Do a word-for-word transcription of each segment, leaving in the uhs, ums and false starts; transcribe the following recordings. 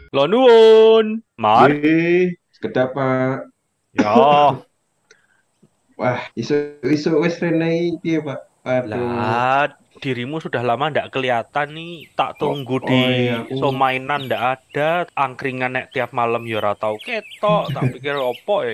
Lo nuwun, Mar. Wih, sekedap Pak. Ya, Wah, isu-isu wis rene piye Pak? Aduh. lah dirimu sudah lama ndak kelihatan nih. Tak Oh, tunggu di oh iya aku. somainan ndak ada. Angkringan nek tiap malam ya ora tau ketok. Tak pikir opo eh.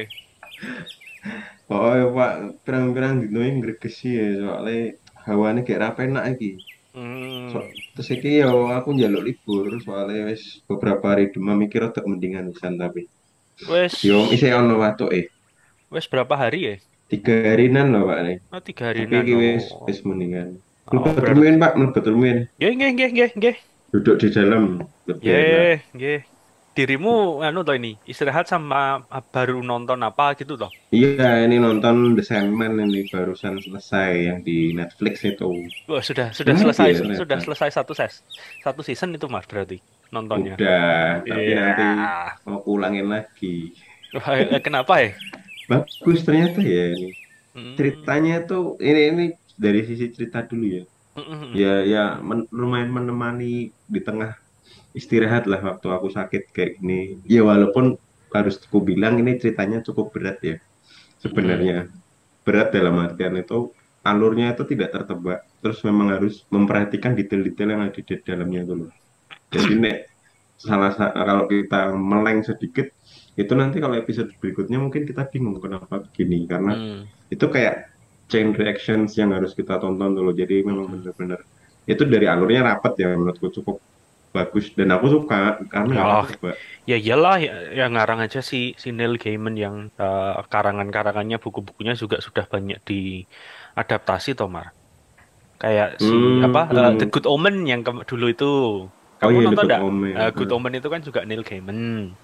Oh iya Pak, pirang-pirang dino iki ngregesi ya soalnya hawane kayak ra penak iki. So, Hmm, terus iki ya aku njaluk libur soalnya wis beberapa hari demam mikir rada mendingan pisan tapi. Yo wes, isih ono watuke. wes berapa hari ya? Tiga harinan loh Pak nih. Oh, tiga Tapi harinan. iki wis Oh, wis mendingan. oh Mlebet berarti. rumiyin Pak, mlebet rumiyin. Nggih, nggih, nggih, nggih, nggih. Duduk di dalam lebih enak. Nggih, nggih. Dirimu anu toh ini istirahat sama baru nonton apa gitu toh? Iya, ini nonton The Sandman ini barusan selesai yang di Netflix itu. Wah, sudah sudah Menarik selesai ya sudah ternyata. selesai satu ses satu season itu Mas berarti nontonnya. Udah, tapi Iya. nanti mau kulangin lagi. Wah, eh, kenapa ya? Bagus ternyata ya ini. Hmm. Ceritanya tuh ini ini dari sisi cerita dulu ya. Mm-mm. Ya ya men- lumayan menemani di tengah istirahat lah waktu aku sakit kayak gini. Ya walaupun harus aku bilang ini ceritanya cukup berat ya Mm-mm. sebenarnya. Berat dalam artian itu alurnya itu tidak tertebak terus memang harus memperhatikan detail-detail yang ada di dalamnya itu loh. Jadi nek salah sa- kalau kita meleng sedikit itu nanti kalau episode berikutnya mungkin kita bingung kenapa begini karena Mm. itu kayak chain reactions yang harus kita tonton dulu. Jadi memang Mm-mm. benar-benar itu dari alurnya rapat ya menurutku cukup bagus dan aku suka karena Ya, nggak ketebak. ya iyalah ya, ya ngarang aja si si Neil Gaiman yang eh, karangan-karangannya buku-bukunya juga sudah banyak diadaptasi Tomar. Kayak si apa Hmm, eh, The hmm. Good Omen yang ke- dulu itu. Oh Kamu iya nonton dekat nggak? Om ya. Eh, Good Hmm. Omen itu kan juga Neil Gaiman.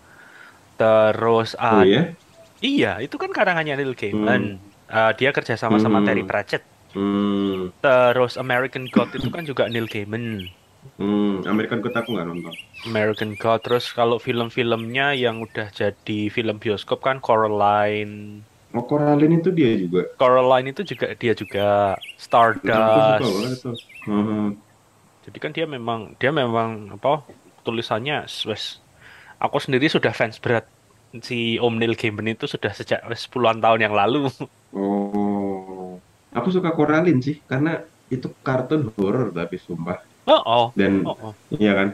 Terus Oh ada. iya. Iya, itu kan karangannya Neil Gaiman. Hmm. Eh, dia kerja sama sama Terry Hmm. Pratchett. Hmm. Terus American God itu kan juga Neil Gaiman. Hmm, American Gods aku nggak nonton. American God. Terus kalau film-filmnya yang udah jadi film bioskop kan Coraline. Oh, Coraline itu dia juga. Coraline itu juga dia juga Nah, aku suka Stardust. banget tuh. Hmm, Jadi kan dia memang dia memang apa tulisannya wes. Aku sendiri sudah fans berat si Om Neil Gaiman itu sudah sejak wes puluhan tahun yang lalu. oh, aku suka Coraline sih karena itu kartun horor tapi sumpah. Oh, oh, Dan oh, oh. iya kan?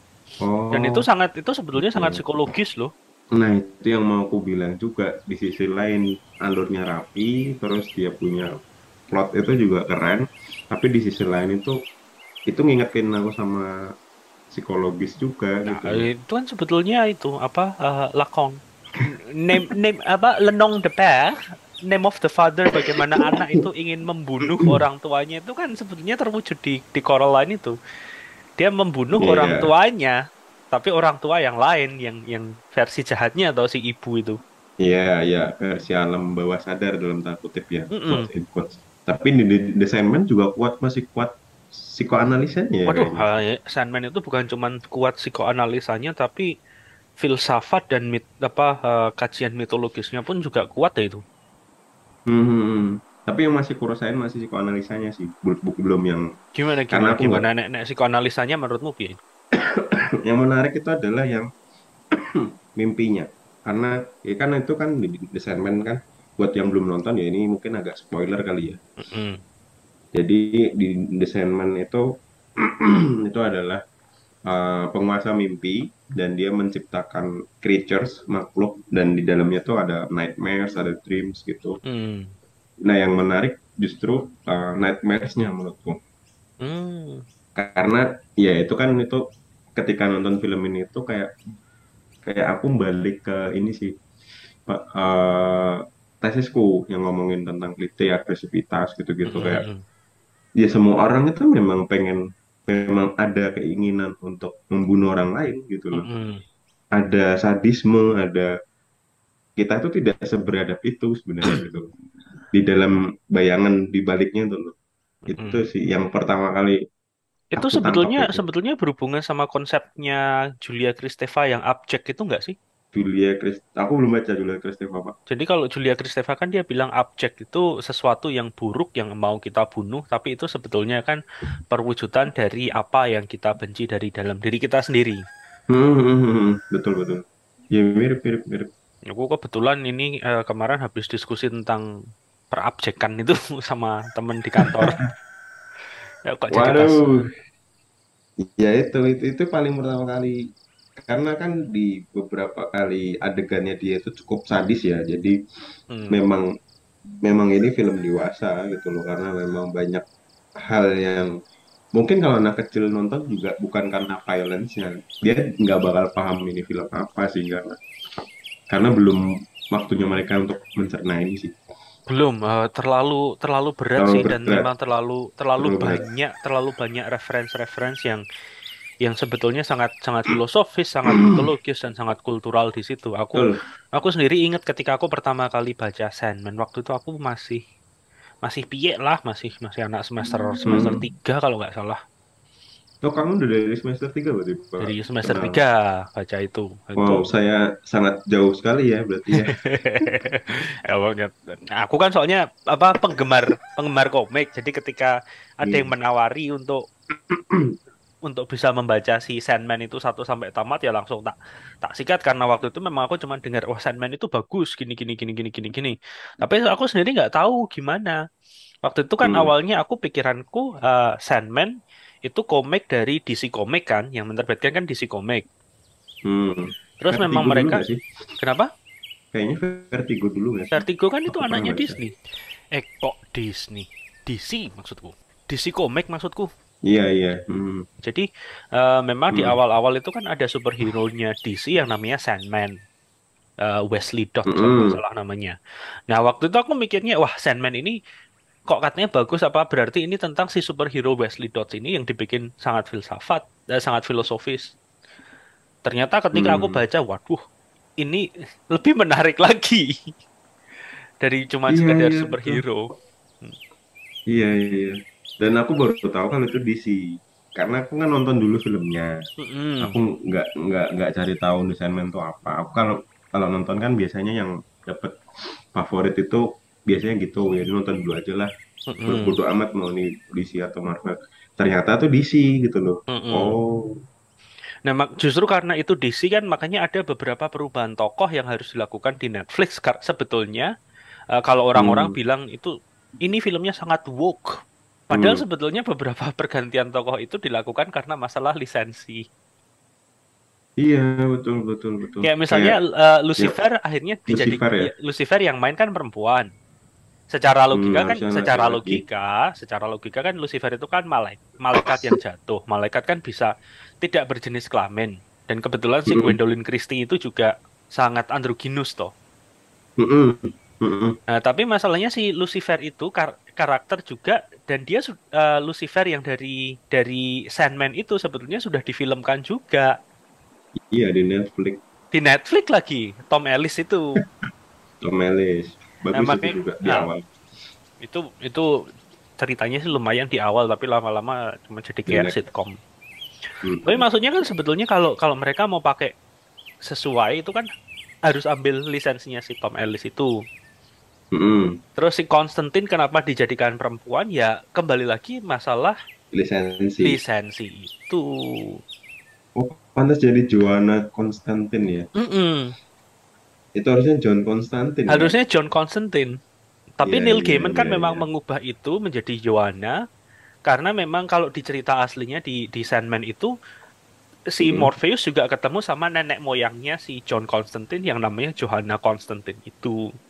Dan Oh, itu sangat itu sebetulnya sangat oke. psikologis loh. Nah, itu yang mau aku bilang juga. Di sisi lain alurnya rapi, terus dia punya plot itu juga keren. Tapi di sisi lain itu itu ngingetin aku sama psikologis juga Nah, gitu loh. itu kan sebetulnya itu apa eh, lakon name name apa Lenong the Bear, Name of the Father, bagaimana anak itu ingin membunuh orang tuanya itu kan sebetulnya terwujud di di Coraline itu. Dia membunuh orang Iya. tuanya, tapi orang tua yang lain yang yang versi jahatnya atau si ibu itu. Iya, iya, versi alam bawah sadar dalam tanda kutip ya, quotes Mm-mm. in quotes. Tapi di, di The Sandman juga kuat, masih kuat psikoanalisanya ya Waduh, kayaknya. ha- Sandman itu bukan cuman kuat psikoanalisanya, tapi filsafat dan mit, apa eh, kajian mitologisnya pun juga kuat ya itu. Hmm, hmm, hmm. Tapi yang masih kurusain masih psikoanalisanya sih, buku buku belum yang Gimana karena gimana aku nggak. gimana nek nek psikoanalisanya menurutmu piye? Yang menarik itu adalah yang mimpinya, karena ya kan itu kan di di The Sandman kan buat yang belum nonton ya ini mungkin agak spoiler kali ya. Mm-mm. Jadi di The Sandman itu itu adalah uh, penguasa mimpi dan dia menciptakan creatures makhluk dan di dalamnya tuh ada nightmares, ada dreams gitu. Hmm. Nah, yang menarik justru uh, nightmares-nya menurutku. Hmm. Karena ya itu kan itu ketika nonton film ini tuh kayak kayak aku balik ke ini sih Pak uh, tesisku yang ngomongin tentang klise agresivitas gitu-gitu kayak Mm-mm. ya semua orang itu memang pengen memang ada keinginan untuk membunuh orang lain gitu loh. Mm-mm. Ada sadisme, ada kita itu tidak seberadab itu sebenarnya gitu loh. Di dalam bayangan di baliknya tuh loh. Itu Mm-mm. sih yang pertama kali Itu aku tangkap sebetulnya itu. sebetulnya berhubungan sama konsepnya Julia Kristeva yang abjek itu enggak sih? Julia Krist aku belum baca Julia Kristeva Pak. Jadi kalau Julia Kristeva kan dia bilang abjek itu sesuatu yang buruk yang mau kita bunuh, tapi itu sebetulnya kan perwujudan dari apa yang kita benci dari dalam diri kita sendiri. Hmm, hmm, hmm, hmm. Betul betul. Ya mirip mirip mirip. Aku kebetulan ini eh, kemarin habis diskusi tentang perabjekan itu sama temen di kantor. Ya kok jadi pas. Waduh, ya itu itu itu paling pertama kali karena kan di beberapa kali adegannya dia itu cukup sadis ya. Jadi Hmm. memang memang ini film dewasa gitu loh karena memang banyak hal yang mungkin kalau anak kecil nonton juga bukan karena violence-nya dia nggak bakal paham ini film apa sih karena karena belum waktunya mereka untuk mencerna ini sih Belum, eh, terlalu terlalu berat terlalu sih dan berat memang terlalu terlalu terlalu berat. banyak terlalu banyak referensi-referensi yang yang sebetulnya sangat sangat filosofis, sangat mitologis dan sangat kultural di situ. Aku Betul. aku sendiri ingat ketika aku pertama kali baca Sandman, waktu itu aku masih masih piye lah, masih masih anak semester semester Hmm. tiga kalau nggak salah. Oh, kamu udah dari semester tiga berarti Pak Dari semester kenal. tiga baca itu. Itu Wow, saya sangat jauh sekali ya berarti ya. Ya, pokoknya, aku kan soalnya apa penggemar penggemar komik. Jadi ketika ada yang Iya. menawari untuk untuk bisa membaca si Sandman itu satu sampai tamat ya langsung tak tak sikat karena waktu itu memang aku cuma dengar wah Sandman itu bagus gini gini gini gini gini gini. Tapi aku sendiri nggak tahu gimana. Waktu itu kan Hmm. awalnya aku pikiranku eh, Sandman itu komik dari D C Comic kan yang menerbitkan kan D C Comic. Hmm. Terus memang Vertigo dulu mereka nggak sih? kenapa? Kayaknya Vertigo dulu nggak sih? Vertigo kan itu Aku pernah anaknya baca. Disney. Eh kok Disney? D C maksudku. D C Comic maksudku. Iya, iya. Hmm. Jadi eh, memang di Hmm. awal-awal itu kan ada superhero-nya D C yang namanya Sandman. Eh, Wesley Dodds kalau nggak Hmm. salah namanya. Nah waktu itu aku mikirnya wah Sandman ini kok katanya bagus apa berarti ini tentang si superhero Wesley Dodds ini yang dibikin sangat filsafat, eh, sangat filosofis. Ternyata ketika aku Hmm. baca, waduh, ini lebih menarik lagi dari cuma Iya, sekedar iya, betul. superhero. Hmm. Iya, iya. Dan aku baru tahu kalau itu D C. Karena aku kan nonton dulu filmnya. Aku Mm-mm. nggak nggak nggak cari tahu The Sandman itu apa. Aku kalau kalau nonton kan biasanya yang dapet favorit itu biasanya gitu ya nonton dulu aja lah. Mm-mm. Bodo amat mau nih D C atau Marvel. Ternyata tuh D C gitu loh. Mm-mm. Oh, Nah, mak- justru karena itu D C kan makanya ada beberapa perubahan tokoh yang harus dilakukan di Netflix. Kar- Sebetulnya eh, kalau orang-orang hmm, bilang itu ini filmnya sangat woke. Padahal hmm. sebetulnya beberapa pergantian tokoh itu dilakukan karena masalah lisensi. Iya betul betul betul. Kayak misalnya Kayak eh, yang Lucifer akhirnya dijadik Lucifer ya. ya, Lucifer yang main kan perempuan. Secara Hmm, logika kan, harusnya secara laki-laki. logika, secara logika kan Lucifer itu kan malaik, malaikat yang jatuh. Malaikat kan bisa tidak berjenis kelamin. Dan kebetulan si Hmm, Gwendolyn Christie itu juga sangat androgynous toh. hmm, hmm, hmm. Nah, tapi masalahnya si Lucifer itu kar- karakter juga dan dia su- eh, Lucifer yang dari dari Sandman itu sebetulnya sudah difilmkan juga Iya di Netflix. di Netflix lagi. Tom Ellis itu. Tom Ellis. Nah, Bagus itu makanya juga di ah, awal. itu itu ceritanya sih lumayan di awal tapi lama-lama cuma jadi kayak Jelek. sitkom. Tapi Hmm. maksudnya kan sebetulnya kalau kalau mereka mau pakai sesuai itu kan harus ambil lisensinya si Tom Ellis itu. Hmm. Terus si Konstantin kenapa dijadikan perempuan? Ya kembali lagi masalah Lisensi. lisensi itu. Oh, pantas jadi Joanna Constantine ya. Mm-mm. Itu harusnya John Constantine kan? Harusnya John Constantine. Tapi Iya, Neil iya, Gaiman kan iya, memang iya. mengubah itu menjadi Joanna karena memang kalau di cerita aslinya di di Sandman itu si Hmm. Morpheus juga ketemu sama nenek moyangnya si John Constantine yang namanya Johanna Constantine itu.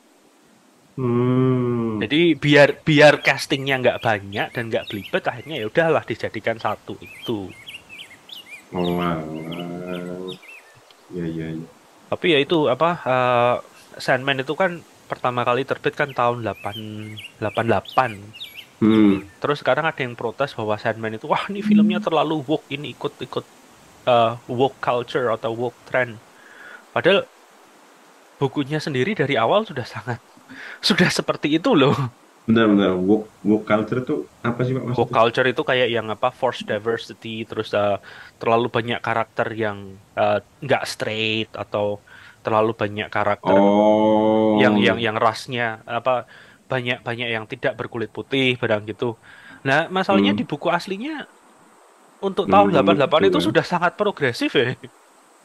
Hmm. Jadi biar biar castingnya nggak banyak dan nggak belibet, akhirnya ya udahlah dijadikan satu itu. Oh, alah. Iya, iya, iya. Tapi ya itu apa eh, Sandman itu kan pertama kali terbit kan tahun delapan delapan delapan. Hmm. Terus sekarang ada yang protes bahwa Sandman itu wah ini filmnya terlalu woke ini ikut-ikut eh, woke culture atau woke trend. Padahal bukunya sendiri dari awal sudah sangat sudah seperti itu loh. Bentar, bentar. Woke, woke culture itu apa sih Pak Woke maksudnya? culture itu kayak yang apa forced diversity terus eh, terlalu banyak karakter yang eh, nggak straight atau terlalu banyak karakter yang Oh. yang yang rasnya apa banyak banyak yang tidak berkulit putih barang gitu. Nah, masalahnya Hmm. di buku aslinya untuk tahun Belum sampai delapan puluh delapan situ itu kan? sudah sangat progresif ya.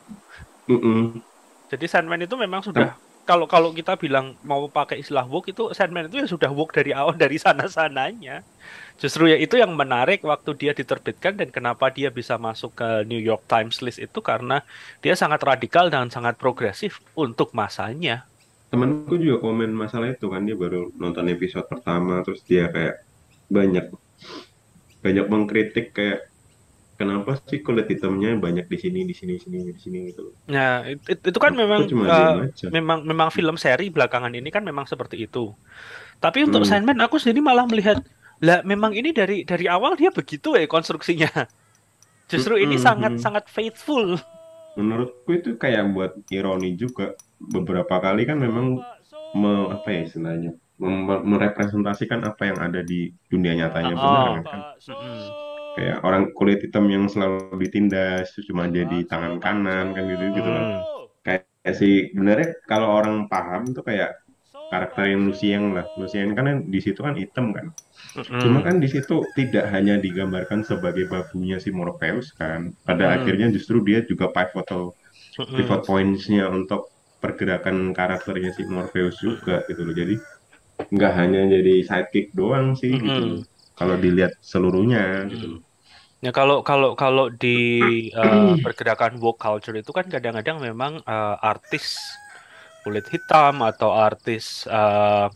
Mm-mm. Jadi Sandman itu memang sudah, Tem- kalau kalau kita bilang mau pakai istilah woke, itu Sandman itu ya sudah woke dari awal, dari sana-sananya. Justru ya itu yang menarik waktu dia diterbitkan, dan kenapa dia bisa masuk ke New York Times list itu karena dia sangat radikal dan sangat progresif untuk masanya. Temanku juga komen masalah itu kan, dia baru nonton episode pertama terus dia kayak banyak banyak mengkritik kayak kenapa sih kulit hitamnya banyak di sini di sini di sini di sini gitu loh. Nah, it- it- itu kan memang Aku cuma eh, diam aja. memang memang film seri belakangan ini kan memang seperti itu. Tapi untuk Hmm. Sandman aku sendiri malah melihat, lah memang ini dari dari awal dia begitu ya konstruksinya. Justru ini Mm-mm, sangat mm. sangat faithful. Menurutku itu kayak buat ironi juga. Beberapa kali kan memang me, apa ya istilahnya mem- merepresentasikan apa yang ada di dunia nyatanya Oh. beneran kan. Mm-mm. Kayak orang kulit hitam yang selalu ditindas itu cuma jadi tangan kanan kan gitu gitu loh. Mm. Kayak sih benernya kalau orang paham itu kayak karakter yang Lucien lah. Lucien kan di situ kan hitam kan. Cuma Mm-mm. kan di situ tidak hanya digambarkan sebagai babunya si Morpheus kan. Pada Mm-mm. akhirnya justru dia juga pivotal Mm-mm. pivot points-nya untuk pergerakan karakternya si Morpheus juga gitu loh. Jadi nggak hanya jadi sidekick doang sih gitu loh. Mm-mm. Kalau dilihat seluruhnya gitu Mm-mm. loh. Ya kalau kalau kalau di eh, pergerakan woke culture itu kan kadang-kadang memang eh, artis kulit hitam atau artis eh,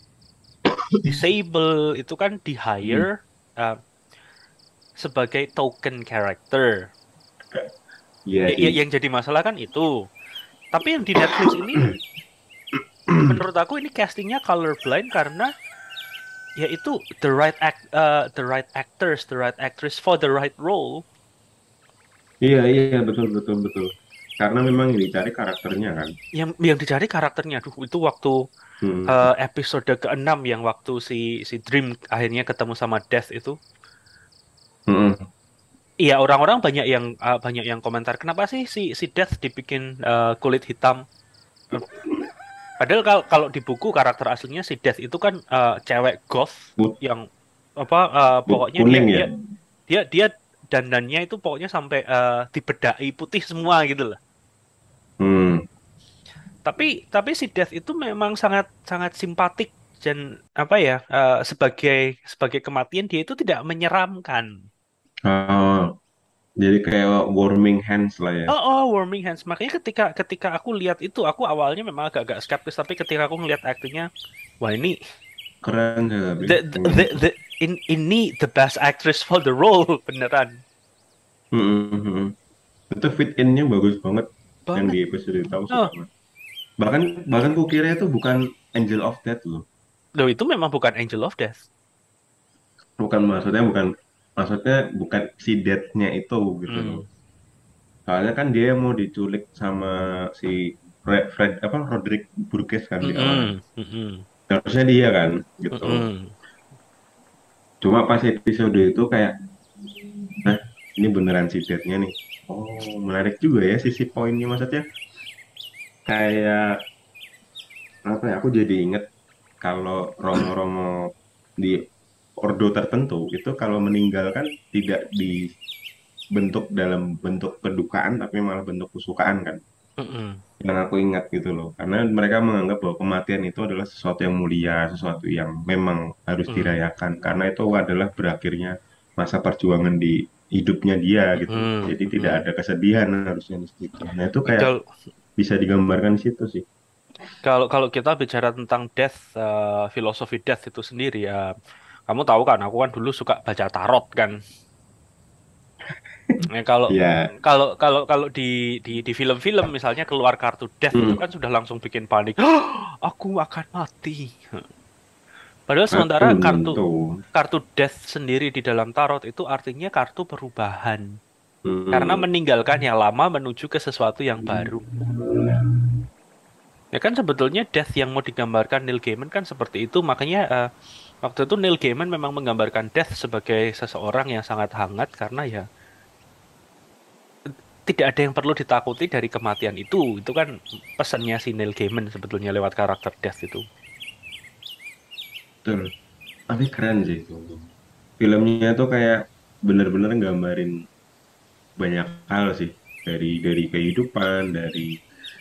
disable itu kan di Hmm. hire eh, sebagai token character. Iya Ya, ya, sih. yang jadi masalah kan itu. Tapi yang di Netflix ini, menurut aku ini castingnya colorblind karena ya itu the right act, eh, the right actors, the right actress for the right role. Iya iya betul betul betul. Karena memang yang dicari karakternya kan. Yang yang dicari karakternya. Duh, itu waktu Hmm. eh, episode keenam yang waktu si si Dream akhirnya ketemu sama Death itu. Hmm. Iya, orang-orang banyak yang eh, banyak yang komentar, kenapa sih si si Death dibikin eh, kulit hitam? Eh, Padahal kalau kalau di buku karakter aslinya si Death itu kan eh, cewek goth Put- yang apa eh, put- pokoknya dia kuning ya. dia dia dia dandannya itu pokoknya sampai eh, dibedai putih semua gitu loh. Hmm. Tapi tapi si Death itu memang sangat sangat simpatik, dan apa ya, eh, sebagai sebagai kematian dia itu tidak menyeramkan. Oh, jadi kayak warming hands lah ya. Oh, oh, Warming Hands. Makanya ketika ketika aku lihat itu, aku awalnya memang agak-agak skeptis, tapi ketika aku ngeliat aktingnya, wah ini Keren ya tapi. the, the, Hmm. the, the- in, ini the best actress for the role beneran Hmm, hmm, hmm. Itu fit in-nya bagus banget yang banget. di episode itu aku suka Oh, banget. Bahkan bahkan kukira itu bukan Angel of Death loh. loh itu memang bukan Angel of Death. Bukan maksudnya bukan maksudnya bukan si Death-nya itu gitu loh. Hmm. Soalnya kan dia mau diculik sama si Fred, Fred apa Roderick Burgess kan di awal kan. Mm-mm. Mm-mm. Harusnya dia kan gitu. Mm-mm. Cuma pas episode itu kayak, nah ini beneran si Death-nya nih. Oh menarik juga ya sisi poinnya maksudnya kayak apa ya? Aku jadi inget kalau Romo-Romo di ordo tertentu itu kalau meninggal kan tidak dibentuk dalam bentuk kedukaan tapi malah bentuk kesukaan kan Mm-mm. yang aku ingat gitu loh karena mereka menganggap bahwa kematian itu adalah sesuatu yang mulia sesuatu yang memang harus Mm-mm. dirayakan karena itu adalah berakhirnya masa perjuangan di hidupnya dia gitu loh Mm-mm. jadi tidak Mm-mm. ada kesedihan harusnya di situ nah itu kayak Kalau bisa digambarkan di situ sih. kalau kalau kita bicara tentang death, eh, filosofi death itu sendiri ya, kamu tahu kan, aku kan dulu suka baca tarot kan. Ya, kalau Ya. kalau kalau kalau di di di film-film misalnya keluar kartu death itu Hmm. kan sudah langsung bikin panik. Aku akan mati. Padahal Ah, sementara belum kartu tentu. kartu death sendiri di dalam tarot itu artinya kartu perubahan. Karena Hmm. meninggalkan yang lama menuju ke sesuatu yang baru. Ya kan sebetulnya death yang mau digambarkan Neil Gaiman kan seperti itu. Makanya eh, waktu itu Neil Gaiman memang menggambarkan death sebagai seseorang yang sangat hangat karena ya tidak ada yang perlu ditakuti dari kematian itu. Itu kan pesannya si Neil Gaiman sebetulnya lewat karakter Death itu. Betul. Tapi keren sih itu. Filmnya tuh kayak bener-bener gambarin banyak hal sih. dari dari kehidupan, dari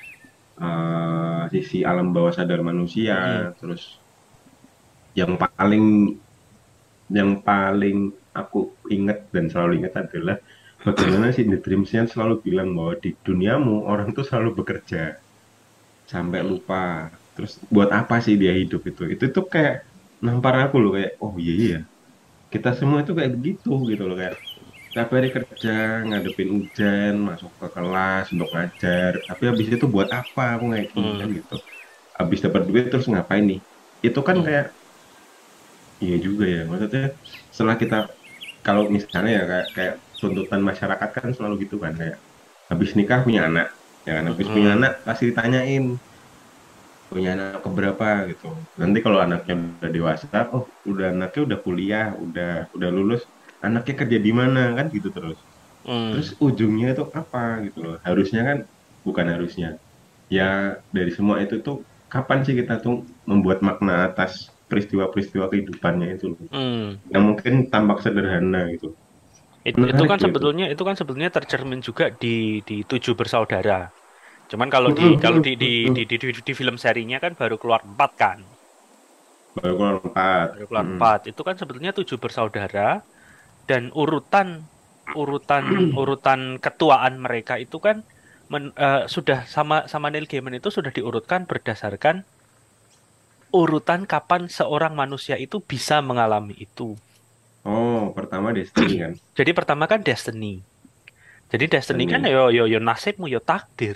eh, sisi alam bawah sadar Mm-mm. manusia. Terus yang paling yang paling aku ingat dan selalu ingat adalah bagaimana si The Dreamsnya selalu bilang bahwa di duniamu orang tuh selalu bekerja sampai lupa. Terus buat apa sih dia hidup itu? Itu tuh kayak nampar aku loh, kayak oh iya iya, kita semua itu kayak begitu gitu loh, kayak setiap hari kerja ngadepin hujan, masuk ke kelas untuk ngajar, tapi habis itu buat apa aku kayak gini kan Mm. gitu. Habis dapat duit terus ngapain nih? Itu kan Mm. kayak iya juga ya, maksudnya setelah kita, kalau misalnya ya kayak kayak tuntutan masyarakat kan selalu gitu kan, kayak habis nikah punya anak, ya kan, habis punya Mm. anak pasti ditanyain punya anak keberapa gitu. Nanti kalau anaknya udah dewasa, oh udah anaknya udah kuliah, udah udah lulus, anaknya kerja di mana kan gitu terus. Terus Mm. ujungnya itu apa gitu loh. Harusnya kan, bukan harusnya. Ya dari semua itu tuh kapan sih kita tuh membuat makna atas peristiwa-peristiwa kehidupannya itu loh. Mm. Yang mungkin tampak sederhana gitu. It- itu Menarik kan tuh itu. sebetulnya itu kan sebetulnya tercermin juga di di Tujuh Bersaudara. Cuman kalau di kalau di di di di, di, di film serinya kan baru keluar empat kan. Baru keluar empat. Baru keluar empat. Itu kan sebetulnya Tujuh Bersaudara dan urutan urutan urutan ketuaan mereka itu kan men- eh, sudah sama sama Neil Gaiman itu sudah diurutkan berdasarkan urutan kapan seorang manusia itu bisa mengalami itu. Oh, pertama Destiny kan. Jadi pertama kan destiny. Jadi destiny kan Destiny. yo yo yo nasibmu yo takdir.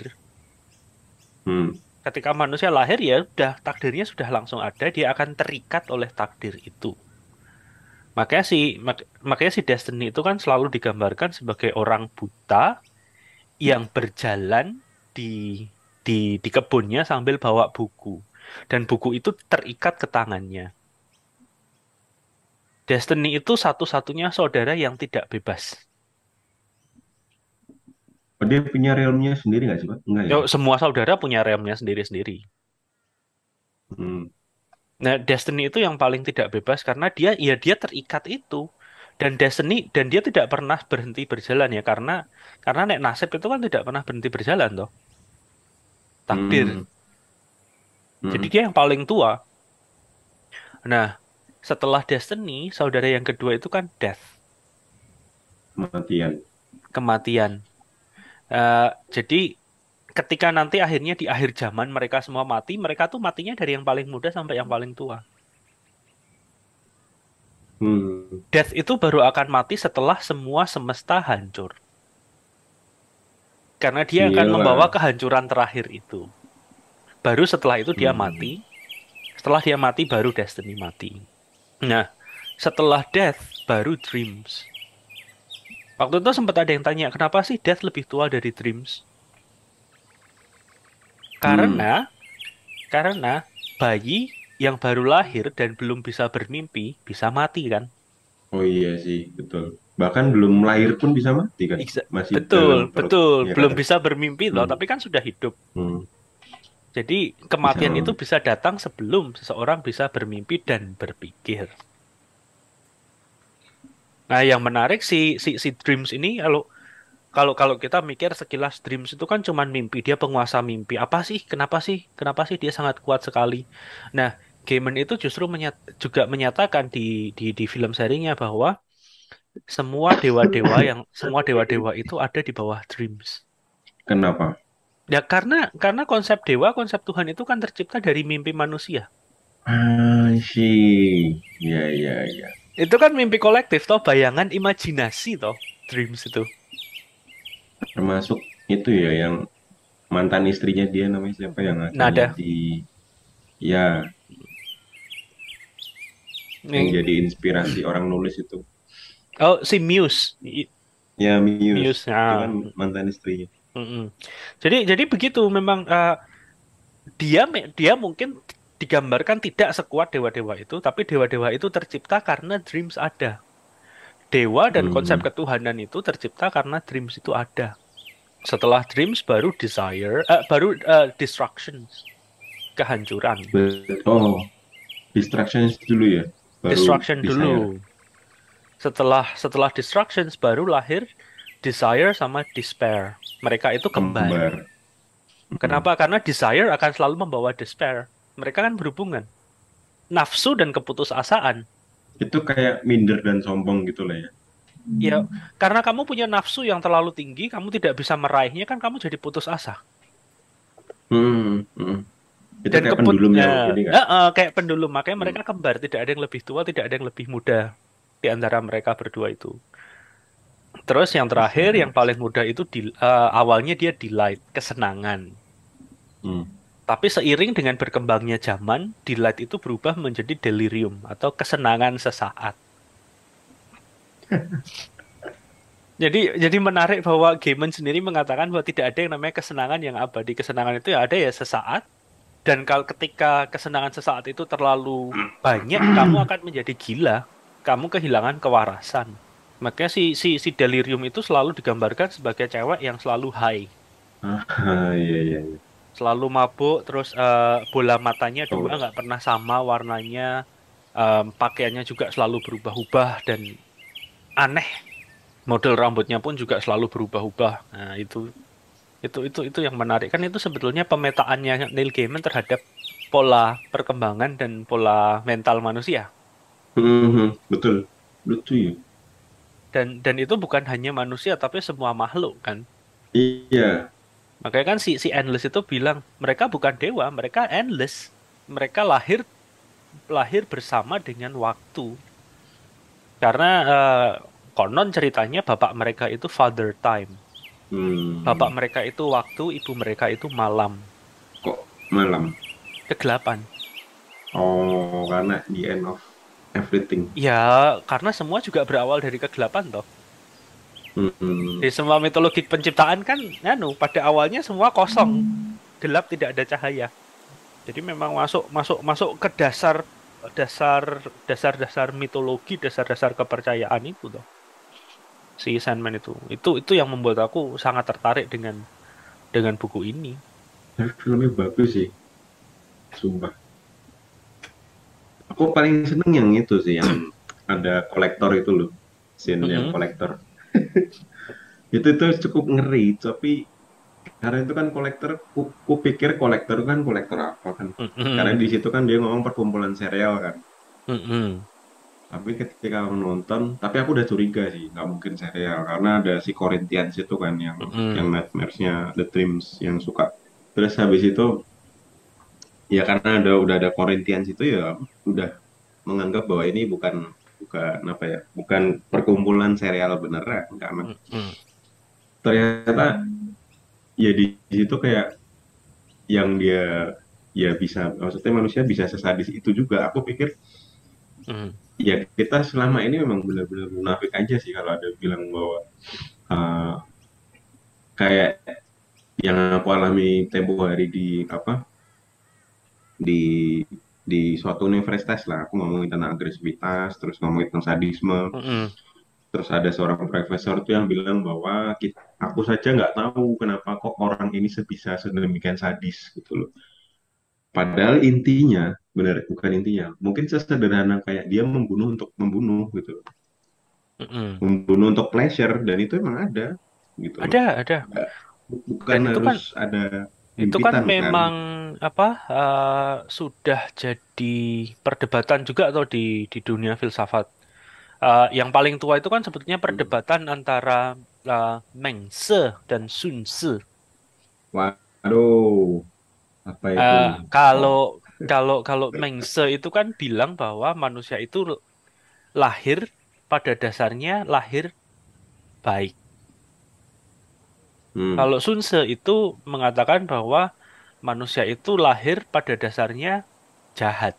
Hmm. Ketika manusia lahir ya udah takdirnya sudah langsung ada, dia akan terikat oleh takdir itu. Makanya si mak- makanya si Destiny itu kan selalu digambarkan sebagai orang buta yang berjalan di di di kebunnya sambil bawa buku. Dan buku itu terikat ke tangannya. Destiny itu satu-satunya saudara yang tidak bebas. Oh, dia punya realmnya sendiri nggak sih, Pak? Enggak ya? Yo, semua saudara punya realmnya sendiri-sendiri. Hmm. Nah, Destiny itu yang paling tidak bebas karena dia ya dia terikat itu. Dan Destiny dan dia tidak pernah berhenti berjalan ya karena karena nek nasib itu kan tidak pernah berhenti berjalan toh. Takdir. Hmm. Jadi Hmm. dia yang paling tua. Nah, setelah Destiny, saudara yang kedua itu kan Death, Kematian. kematian. Eh, jadi ketika nanti akhirnya di akhir zaman mereka semua mati, mereka tuh matinya dari yang paling muda sampai yang paling tua. Hmm. Death itu baru akan mati setelah semua semesta hancur. Karena dia akan membawa Iyalah. kehancuran terakhir itu. Baru setelah itu dia mati. Hmm. Setelah dia mati, baru Destiny mati. Nah, setelah Death, baru Dreams. Waktu itu sempat ada yang tanya, kenapa sih Death lebih tua dari Dreams? Hmm. Karena, karena bayi yang baru lahir dan belum bisa bermimpi, bisa mati kan? Oh iya sih, betul. Bahkan belum lahir pun bisa mati kan? Exa- Masih Betul, dalam perut. betul. Ya Belum kan? bisa bermimpi loh, Hmm. tapi kan sudah hidup. Hmm. Jadi Bisa. kematian itu bisa datang sebelum seseorang bisa bermimpi dan berpikir. Nah, yang menarik si si si Dreams ini kalau kalau kalau kita mikir sekilas Dreams itu kan cuman mimpi, dia penguasa mimpi. Apa sih? Kenapa sih? Kenapa sih dia sangat kuat sekali? Nah, Gaiman itu justru menyat, juga menyatakan di di di film serinya bahwa semua dewa-dewa yang semua dewa-dewa itu ada di bawah Dreams. Kenapa? Ya karena karena konsep dewa, konsep Tuhan itu kan tercipta dari mimpi manusia. Ah, sih. Ya, ya, ya. Itu kan mimpi kolektif toh, bayangan imajinasi toh, Dreams itu. Termasuk itu ya yang mantan istrinya dia, namanya siapa, yang akhirnya Nada. di, ya, yang Nih. jadi inspirasi orang nulis itu. Oh, si Muse. I- Ya, Muse. Muse. Itu kan Nah. mantan istrinya. Mm-mm. Jadi jadi begitu memang eh, dia me- dia mungkin digambarkan tidak sekuat dewa-dewa itu, tapi dewa-dewa itu tercipta karena Dreams ada. Dewa dan konsep Hmm. ketuhanan itu tercipta karena Dreams itu ada. Setelah Dreams baru Desire, eh, baru eh, Destruction, kehancuran. Bet- Oh, Distractions dulu ya, baru Destruction Desire. dulu. Setelah setelah Destructions baru lahir Desire sama despair. Mereka itu kembar. Kembar. Mm. Kenapa? Karena desire akan selalu membawa despair. Mereka kan berhubungan. Nafsu dan keputusasaan. Itu kayak minder dan sombong gitu lah ya. Ya, karena kamu punya nafsu yang terlalu tinggi, kamu tidak bisa meraihnya, kan kamu jadi putus asa. Hmm, hmm. Itu Dan kayak keput, pendulum yang ya, ini kan. eh, eh, kayak pendulum. Makanya Hmm. mereka kembar. Tidak ada yang lebih tua, tidak ada yang lebih muda di antara mereka berdua itu. Terus yang terakhir, yang Bisa. paling mudah itu di, eh, awalnya dia delight, kesenangan. Hmm. Tapi seiring dengan berkembangnya zaman, delight itu berubah menjadi delirium atau kesenangan sesaat. Jadi jadi menarik bahwa Gaiman sendiri mengatakan bahwa tidak ada yang namanya kesenangan yang abadi. Kesenangan itu ya ada ya sesaat. Dan kalau ketika kesenangan sesaat itu terlalu banyak, kamu akan menjadi gila. Kamu kehilangan kewarasan. Makanya si si si delirium itu selalu digambarkan sebagai cewek yang selalu high, Ah, iya, iya, iya. selalu mabuk, terus eh, bola matanya dua Oh. nggak pernah sama warnanya, em, pakaiannya juga selalu berubah-ubah dan aneh. Model rambutnya pun juga selalu berubah-ubah. Nah, itu itu itu itu yang menarik kan itu sebetulnya pemetaannya Neil Gaiman terhadap pola perkembangan dan pola mental manusia. Hmm, hmm. Betul. Lucu ya. Dan dan itu bukan hanya manusia tapi semua makhluk kan. Iya. Makanya kan si si Endless itu bilang mereka bukan dewa, mereka endless. Mereka lahir lahir bersama dengan waktu. Karena eh, konon ceritanya bapak mereka itu father time. Bapak Hmm. mereka itu waktu, ibu mereka itu malam, Kok malam? kegelapan. Oh, karena the end of everything. Ya, karena semua juga berawal dari kegelapan toh. Hmm. Di semua mitologi penciptaan kan, anu, pada awalnya semua kosong, gelap, tidak ada cahaya. Jadi memang masuk masuk masuk ke dasar dasar dasar dasar mitologi, dasar dasar kepercayaan itu toh. Si Sandman itu. Itu itu yang membuat aku sangat tertarik dengan dengan buku ini. Tapi filmnya bagus sih, sumpah. Aku paling seneng yang itu sih, yang ada kolektor itu loh, scene yang Mm-mm, kolektor. Itu tuh cukup ngeri, tapi karena itu kan kolektor, ku, ku pikir kolektor kan kolektor apa kan? Karena mm-mm, di situ kan dia ngomong perkumpulan serial kan. mm-mm, Tapi ketika aku nonton, tapi aku udah curiga sih, nggak mungkin serial karena ada si Corinthians itu kan yang yang mm-mm, nightmares-nya The Dreams yang suka. Terus habis itu ya karena ada udah ada Corinthians itu ya udah menganggap bahwa ini bukan bukan apa ya, bukan perkumpulan serial beneran karena mm-mm, ternyata ya di situ kayak yang dia ya bisa maksudnya manusia bisa sesadis itu juga. Aku pikir mm-mm, ya kita selama ini memang benar-benar munafik aja sih kalau ada bilang bahwa uh, kayak yang aku alami tempo hari di apa di di suatu universitas lah, aku ngomongin tentang agresivitas terus ngomongin tentang sadisme. mm-mm. Terus ada seorang profesor tuh yang bilang bahwa "Ki- aku saja nggak tahu kenapa kok orang ini sebisa sedemikian sadis gitu loh. Padahal intinya, benar bukan intinya, mungkin sesederhana kayak dia membunuh untuk membunuh gitu loh. Mm-mm. Membunuh untuk pleasure dan itu emang ada gitu loh. Ada, ada. Nggak- bukan Dan itu kan harus ada itu kan himpitan kan. memang apa eh, sudah jadi perdebatan juga atau di di dunia filsafat. Eh, yang paling tua itu kan sebetulnya Hmm. perdebatan antara eh, Mengse dan Sun Tzu. Waduh, apa itu? Eh, Oh, kalau kalau kalau Mengse itu kan bilang bahwa manusia itu lahir pada dasarnya lahir baik. hmm. Kalau Sun Tzu itu mengatakan bahwa manusia itu lahir pada dasarnya jahat.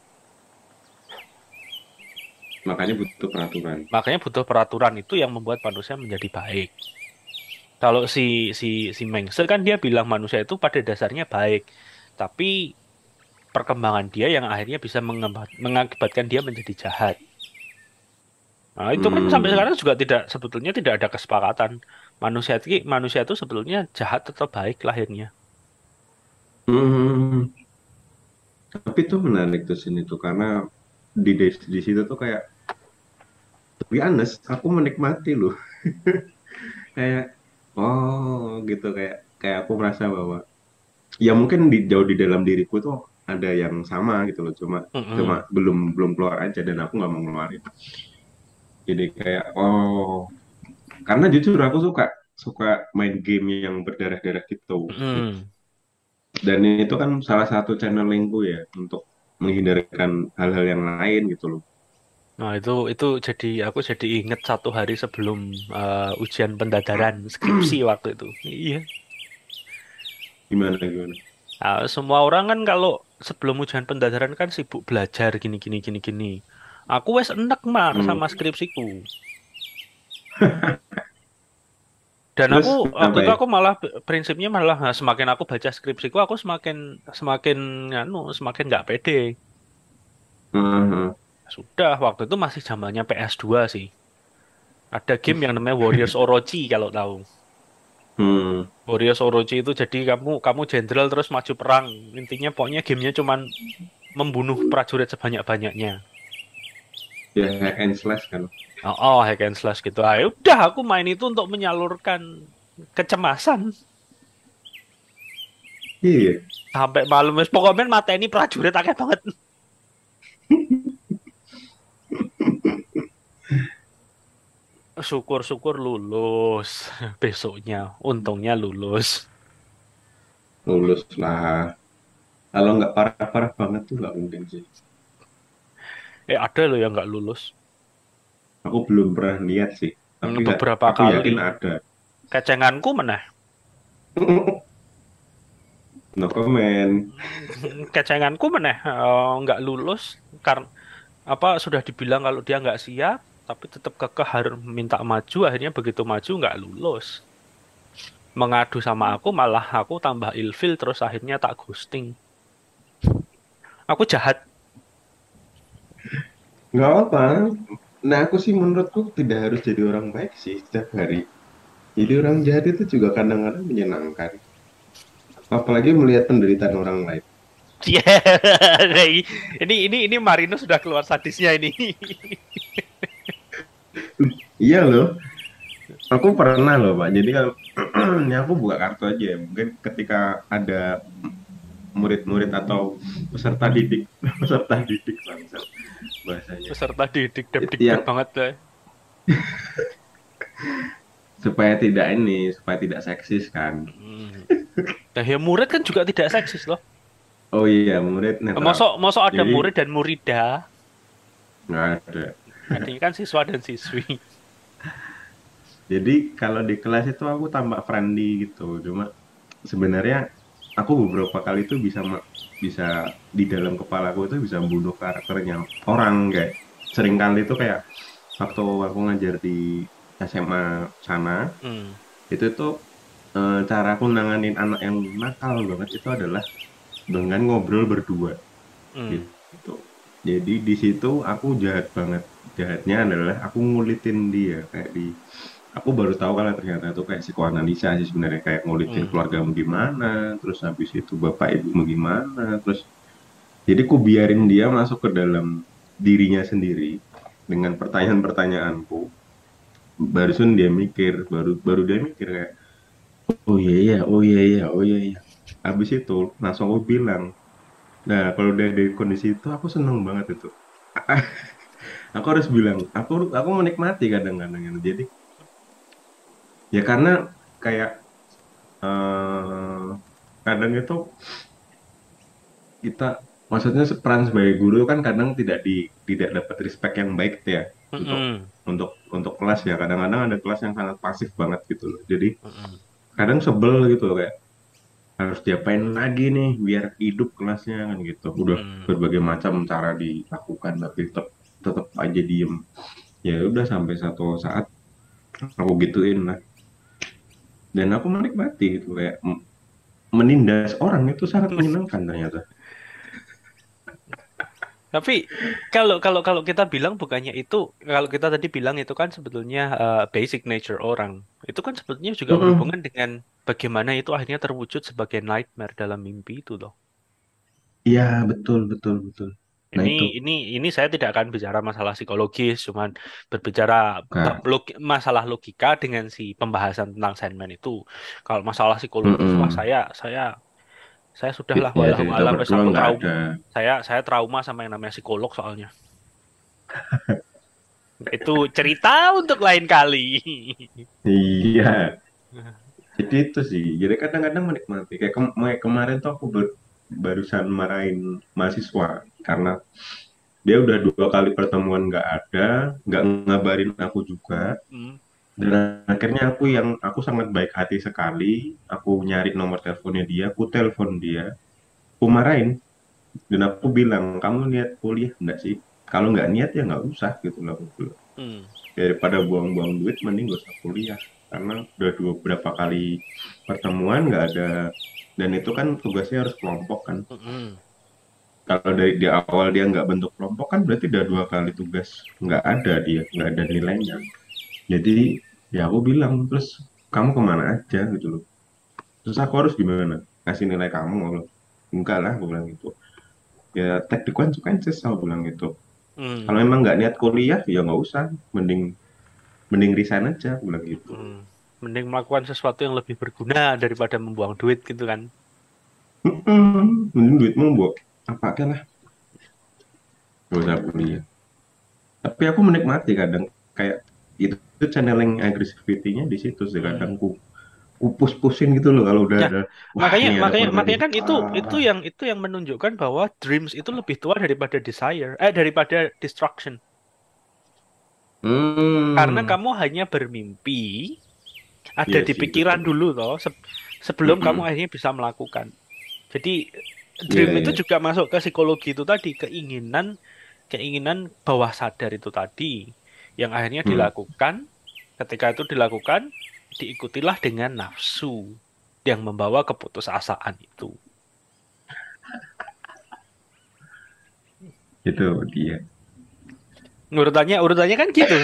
Makanya butuh peraturan. Makanya butuh peraturan itu yang membuat manusia menjadi baik. Kalau si si si Mengse kan dia bilang manusia itu pada dasarnya baik, tapi perkembangan dia yang akhirnya bisa mengembat- mengakibatkan dia menjadi jahat. Nah, itu kan sampai Hmm. sekarang juga tidak sebetulnya tidak ada kesepakatan. Manusia itu manusia itu sebetulnya jahat atau baik lahirnya. Hmm. Tapi tuh menarik tuh sini tuh karena di di, di situ tuh kayak to be honest, aku menikmati loh. Kayak Oh gitu, kayak kayak aku merasa bahwa ya mungkin di jauh di dalam diriku tuh ada yang sama gitu loh, cuma cuma Mm-mm. belum belum keluar aja dan aku nggak mau ngeluarin. Jadi kayak oh, karena jujur aku suka suka main game yang berdarah-darah gitu. Mm-mm. Dan itu kan salah satu channelingku ya untuk menghindarkan hal-hal yang lain gitu loh. Nah, itu itu jadi aku jadi inget satu hari sebelum eh, ujian pendadaran skripsi waktu itu. Iya. Gimana gimana? Nah, semua orang kan kalau sebelum ujian pendadaran kan sibuk belajar gini gini gini gini. Aku wes enek mar Hmm. sama skripsiku. Dan aku Terus waktu apa itu ya? aku malah prinsipnya malah nah, semakin aku baca skripsiku aku semakin semakin anu semakin nggak pede. Heeh. Sudah waktu itu masih zamannya P S dua sih. Ada game yang namanya Warriors Orochi kalau tahu. Hmm. Warriors Orochi itu jadi kamu kamu jenderal terus maju perang. Intinya pokoknya gamenya cuman membunuh prajurit sebanyak-banyaknya. Ya hack and slash kan. Oh, oh, hack and slash gitu. Ah, ya udah aku main itu untuk menyalurkan kecemasan. Iya. Sampai malam wis pokoknya mateni prajurit akeh banget. Syukur-syukur lulus besoknya. Untungnya lulus. Lulus lah. Kalau nggak parah-parah banget tuh nggak mungkin sih. Eh ada loh yang nggak lulus. Aku belum pernah lihat sih. Hmm, Tapi nggak, beberapa aku kali. yakin ada. Kecenganku meneh. No comment. Hmm, Kecenganku meneh eh, nggak lulus karena apa sudah dibilang kalau dia nggak siap, tapi tetap kekeh harus minta maju. Akhirnya begitu maju nggak lulus. Mengadu sama aku malah aku tambah ilfil terus akhirnya tak ghosting. Aku jahat. Nggak apa. Nah aku sih menurutku tidak harus jadi orang baik sih setiap hari. Jadi orang jahat itu juga kadang-kadang menyenangkan. Apalagi melihat penderitaan orang lain. Iya, ini ini ini Marino sudah keluar sadisnya ini. Iya loh, aku pernah loh Pak. Jadi kalau ini aku buka kartu aja ya. Mungkin ketika ada murid-murid atau peserta didik, peserta didik bangsa bahasanya. Peserta didik dikdek Yang banget deh. supaya tidak ini, supaya tidak seksis kan. Hmm. Nah, ya murid kan juga tidak seksis loh. Oh iya, murid netral. Mosok mosok ada Jadi murid dan murida. nggak ada. Artinya kan siswa dan siswi. Jadi kalau di kelas itu aku tampak friendly gitu. Cuma sebenarnya aku beberapa kali itu bisa ma- bisa di dalam kepalaku itu bisa membunuh karakternya orang, kayak sering kali itu kayak waktu aku ngajar di S M A sana Hmm. itu tuh eh, cara aku nanganin anak yang nakal banget itu adalah dengan ngobrol berdua Hmm. gitu. Jadi di situ aku jahat banget. Jahatnya adalah aku ngulitin dia kayak di aku baru tahu kalau ternyata itu kayak psikoanalisa sih sebenarnya, kayak ngulitin Hmm. keluargamu gimana, terus habis itu bapak ibumu gimana, terus jadi ku biarin dia masuk ke dalam dirinya sendiri dengan pertanyaan-pertanyaanku. Barusan dia mikir, baru baru dia mikir kayak, oh iya iya, oh iya iya, oh iya iya. Habis itu langsung aku bilang, nah kalau udah di kondisi itu aku seneng banget itu. Aku harus bilang, aku aku menikmati kadang-kadang gitu. Jadi ya karena kayak eh, kadang itu kita maksudnya peran sebagai guru kan kadang tidak di tidak dapat respect yang baik tuh ya untuk Hmm. untuk untuk kelas ya, kadang-kadang ada kelas yang sangat pasif banget gitu loh, jadi Hmm. kadang sebel gitu loh, kayak harus diapain lagi nih biar hidup kelasnya kan gitu, udah Hmm. berbagai macam cara dilakukan tapi tetap tetap aja diem. Ya udah sampai satu saat aku gituin lah, dan aku menikmati gitu kayak m- menindas orang itu sangat menyenangkan ternyata. Tapi kalau kalau kalau kita bilang bukannya itu kalau kita tadi bilang itu kan sebetulnya eh, basic nature orang. Itu kan sebetulnya juga Mm-mm. berhubungan dengan bagaimana itu akhirnya terwujud sebagai nightmare dalam mimpi itu loh. Iya betul betul betul. Nah Ini itu, ini ini saya tidak akan bicara masalah psikologis, cuman berbicara bab Kak. logi- masalah logika dengan si pembahasan tentang Sandman itu. Kalau masalah psikologis, wah Mm-mm. saya saya saya sudahlah Ya walau kita alam wes berdua aku nggak trauma. ada. Saya saya trauma sama yang namanya psikolog soalnya. Itu cerita untuk lain kali. Iya, jadi itu sih. Jadi kadang-kadang menikmati. Kayak kem- kayak kemarin tuh aku ber- barusan marahin mahasiswa karena dia udah dua kali pertemuan nggak ada, nggak ngabarin aku juga. Hmm, Dan akhirnya aku yang aku sangat baik hati sekali. Aku nyari nomor teleponnya dia, aku telepon dia, aku marahin. Dan aku bilang, kamu niat kuliah nggak sih? Kalau nggak niat ya nggak usah gitu loh. Aku bilang. hmm, Daripada buang-buang duit, mending gak usah kuliah. Karena udah dua berapa kali pertemuan nggak ada. Dan itu kan tugasnya harus kelompok kan. hmm, Kalau dari di awal dia nggak bentuk kelompok kan berarti udah dua kali tugas nggak ada dia, nggak ada nilainya. Jadi ya aku bilang terus kamu kemana aja gitu loh. Terus aku harus gimana? Ngasih nilai kamu loh. Enggak lah, aku bilang gitu. Ya take the consequences, aku bilang gitu. Kalau hmm, memang nggak niat kuliah, ya nggak usah. Mending mending resign aja, aku bilang gitu. hmm. Mending melakukan sesuatu yang lebih berguna daripada membuang duit gitu kan. Mm-mm. Mending duitmu buat apa aja lah, gak usah kuliah. Tapi aku menikmati kadang kayak itu, itu channeling agresivity-nya di situ sih kadang Hmm. ku, ku push-pushin gitu loh kalau udah Ya, ada wah makanya nih ada makanya korban makanya nih. kan itu itu Ah. yang itu yang menunjukkan bahwa dreams itu lebih tua daripada desire, eh daripada destruction. Karena Hmm, kamu hanya bermimpi, ada iya di sih pikiran betul. dulu toh, se- sebelum kamu Mm-mm. akhirnya bisa melakukan. Jadi Iya dream itu iya. juga masuk ke psikologi itu tadi, keinginan keinginan bawah sadar itu tadi yang akhirnya Hmm. dilakukan. Ketika itu dilakukan, diikutilah dengan nafsu yang membawa keputusasaan itu. Itu dia. Urutannya urutannya kan gitu.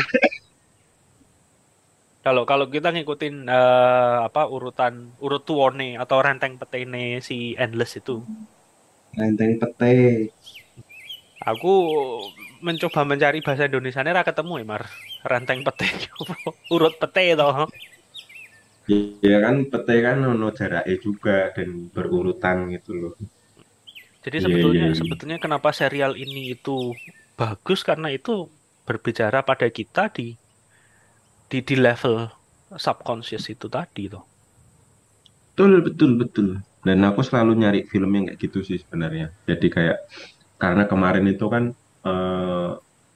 Kalau kalau kita ngikutin eh, apa urutan urut tuone atau renteng petene si Endless itu, Lenteng pete. aku mencoba mencari bahasa Indonesianya ra ketemu ya Mar. Renteng pete urut pete toh. Iya kan pete kan ono jaraknya juga dan berurutan gitu loh. Jadi Iya iya sebetulnya iya. sebetulnya kenapa serial ini itu bagus karena itu berbicara pada kita di di di level subconscious itu tadi toh. Betul betul betul. Dan aku selalu nyari film yang kayak gitu sih sebenarnya. Jadi kayak karena kemarin itu kan eh,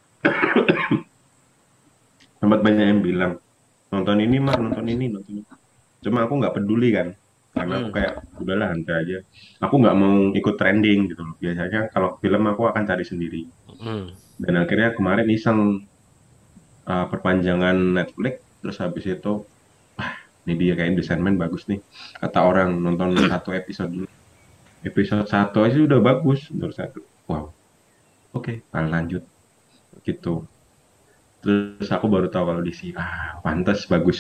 sempat banyak yang bilang nonton ini mah nonton ini nonton ini. Cuma aku nggak peduli kan karena aku Mm-mm. kayak udahlah santai aja. Aku nggak mau ikut trending gitu loh. Biasanya kalau film aku akan cari sendiri. Mm-mm. Dan akhirnya kemarin iseng uh, perpanjangan Netflix terus habis itu ini dia kayak The Sandman bagus nih. Kata orang nonton satu episode dulu. Episode satu aja udah bagus menurut satu. Wow, oke, okay, lanjut gitu. Terus aku baru tahu kalau di sini, ah, pantas bagus.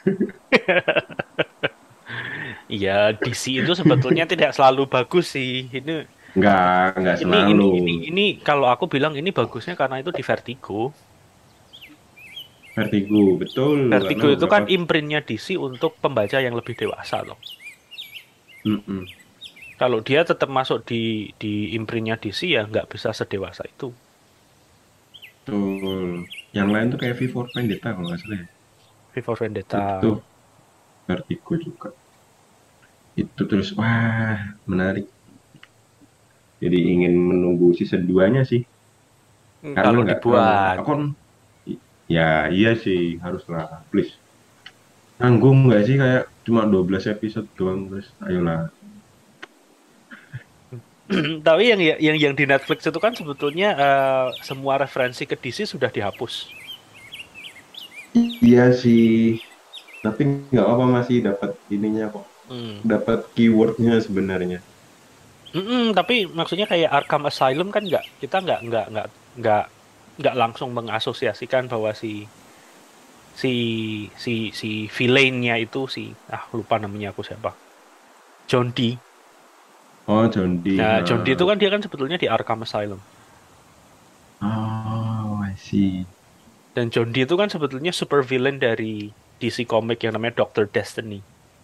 Iya, D C itu sebetulnya tidak selalu bagus sih. Ini Nggak, nggak ini ini selalu. ini ini kalau aku bilang ini bagusnya karena itu di Vertigo. Vertigo, betul. Karena Vertigo itu beberapa, kan imprintnya D C untuk pembaca yang lebih dewasa loh. mm-mm, Kalau dia tetap masuk di di imprintnya D C ya nggak bisa sedewasa itu. betul. Yang lain tuh kayak V for Vendetta kalau nggak salah ya. V for Itu tuh Vendetta. Vertigo juga. Itu terus, wah, menarik. Jadi ingin menunggu season dua-nya sih. Hmm, Karena kalau nggak terlalu, dibuat. aku kan, ya iya sih, haruslah. Please. Nanggung nggak sih kayak cuma dua belas episode doang terus ayolah. Tapi yang yang yang di Netflix itu kan sebetulnya eh, semua referensi ke D C sudah dihapus. Iya sih, tapi nggak apa masih dapat ininya kok, Hmm. dapat keywordnya sebenarnya. Mm-mm, tapi maksudnya kayak Arkham Asylum kan nggak kita nggak nggak nggak nggak nggak langsung mengasosiasikan bahwa si si si si villainnya itu si ah lupa namanya aku siapa John Dee. Oh, John Dee. Nah John Dee itu Nah, kan dia kan sebetulnya di Arkham Asylum. see. Dan John Dee itu kan sebetulnya super villain dari D C Comic yang namanya Doctor Destiny.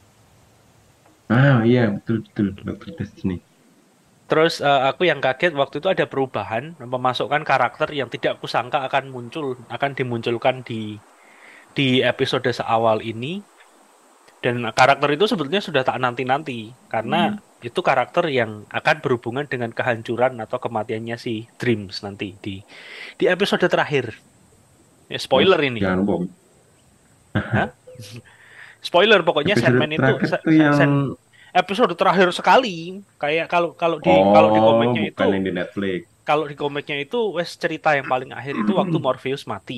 Ah iya betul betul dokter Destiny. Terus eh, aku yang kaget waktu itu ada perubahan memasukkan karakter yang tidak aku sangka akan muncul, akan dimunculkan di di episode seawal ini. Dan karakter itu sebetulnya sudah tak nanti-nanti karena itu karakter yang akan berhubungan dengan kehancuran atau kematiannya si Dreams nanti di di episode terakhir. Ya, Bos spoiler ini. jangan bohong. Hah? Spoiler pokoknya Episode Sandman itu terakhir se- tuh se- yang Sand- episode terakhir sekali. Kayak kalau kalau di kalau di oh komiknya itu bukan yang di Netflix. kalau di komiknya itu wes cerita yang paling akhir itu waktu Morpheus mati.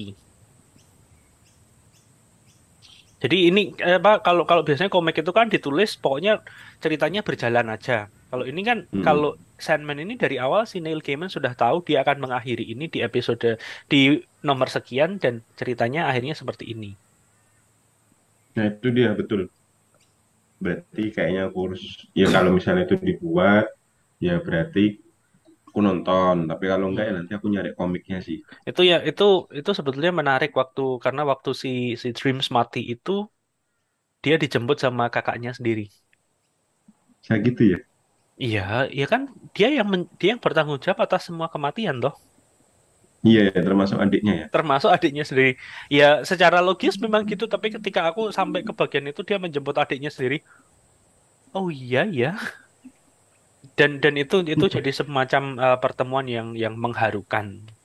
Jadi ini eh, apa kalau kalau biasanya komik itu kan ditulis pokoknya ceritanya berjalan aja. Kalau ini kan Mm-mm. kalau Sandman ini dari awal si Neil Gaiman sudah tahu dia akan mengakhiri ini di episode di nomor sekian dan ceritanya akhirnya seperti ini. Nah itu dia betul. Berarti kayaknya aku harus ya kalau misalnya itu dibuat ya berarti aku nonton. Tapi kalau enggak ya Hmm. nanti aku nyari komiknya sih. Itu ya itu itu sebetulnya menarik waktu karena waktu si si Dreams mati itu dia dijemput sama kakaknya sendiri. Saya gitu ya. Iya, iya kan dia yang men- dia yang bertanggung jawab atas semua kematian toh. Iya ya, termasuk adiknya ya. Termasuk adiknya sendiri. Ya, secara logis memang gitu, tapi ketika aku sampai ke bagian itu dia menjemput adiknya sendiri. Oh iya ya. Dan dan itu itu jadi semacam eh, pertemuan yang yang mengharukan.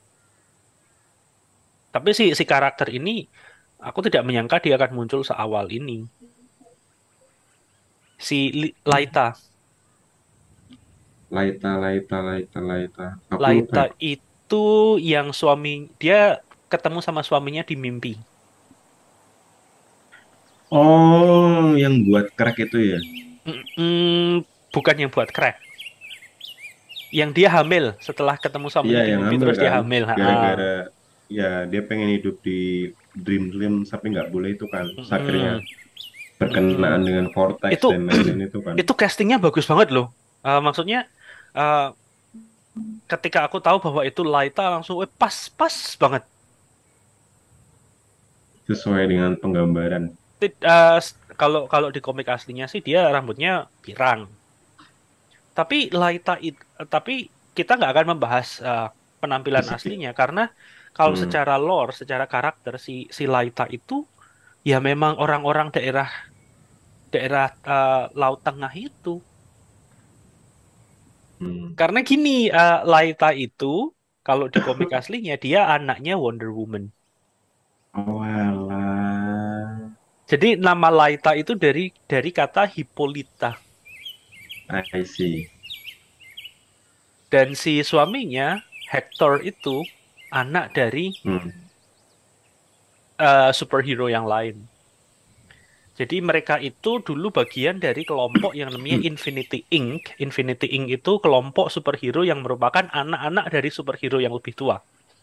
Tapi si si karakter ini aku tidak menyangka dia akan muncul seawal ini. Si Li- Laita. Laita, Laita, Laita, Laita. Aku lupa Laita itu. itu yang suami dia ketemu sama suaminya di mimpi. Oh, yang buat crack itu ya. Mm, bukan yang buat crack. Yang dia hamil setelah ketemu Iya, suaminya di yang mimpi hamil terus dia kan. hamil. Ha, Gara-gara ya dia pengen hidup di Dreamland tapi nggak boleh itu kan. Terus akhirnya mm-mm, berkenaan mm-mm. dengan Vortex Itu dan lain-lain itu kan. itu castingnya bagus banget loh. Eh, maksudnya eh, ketika aku tahu bahwa itu Laita langsung eh, pas pas banget. Sesuai dengan penggambaran. Tid- eh, s- kalau kalau di komik aslinya sih dia rambutnya pirang. Tapi Laita itu tapi kita nggak akan membahas eh, penampilan Fisik. aslinya karena kalau Hmm. secara lore, secara karakter si si Laita itu ya memang orang-orang daerah daerah eh, Laut Tengah itu. Hmm. Karena gini, eh, Laita itu kalau di komik aslinya dia anaknya Wonder Woman. Oh, alah. Jadi nama Laita itu dari dari kata Hippolyta I see. dan si suaminya Hector itu anak dari Hmm. eh, superhero yang lain. Jadi mereka itu dulu bagian dari kelompok yang namanya Infinity Inc. Infinity Inc itu kelompok superhero yang merupakan anak-anak dari superhero yang lebih tua.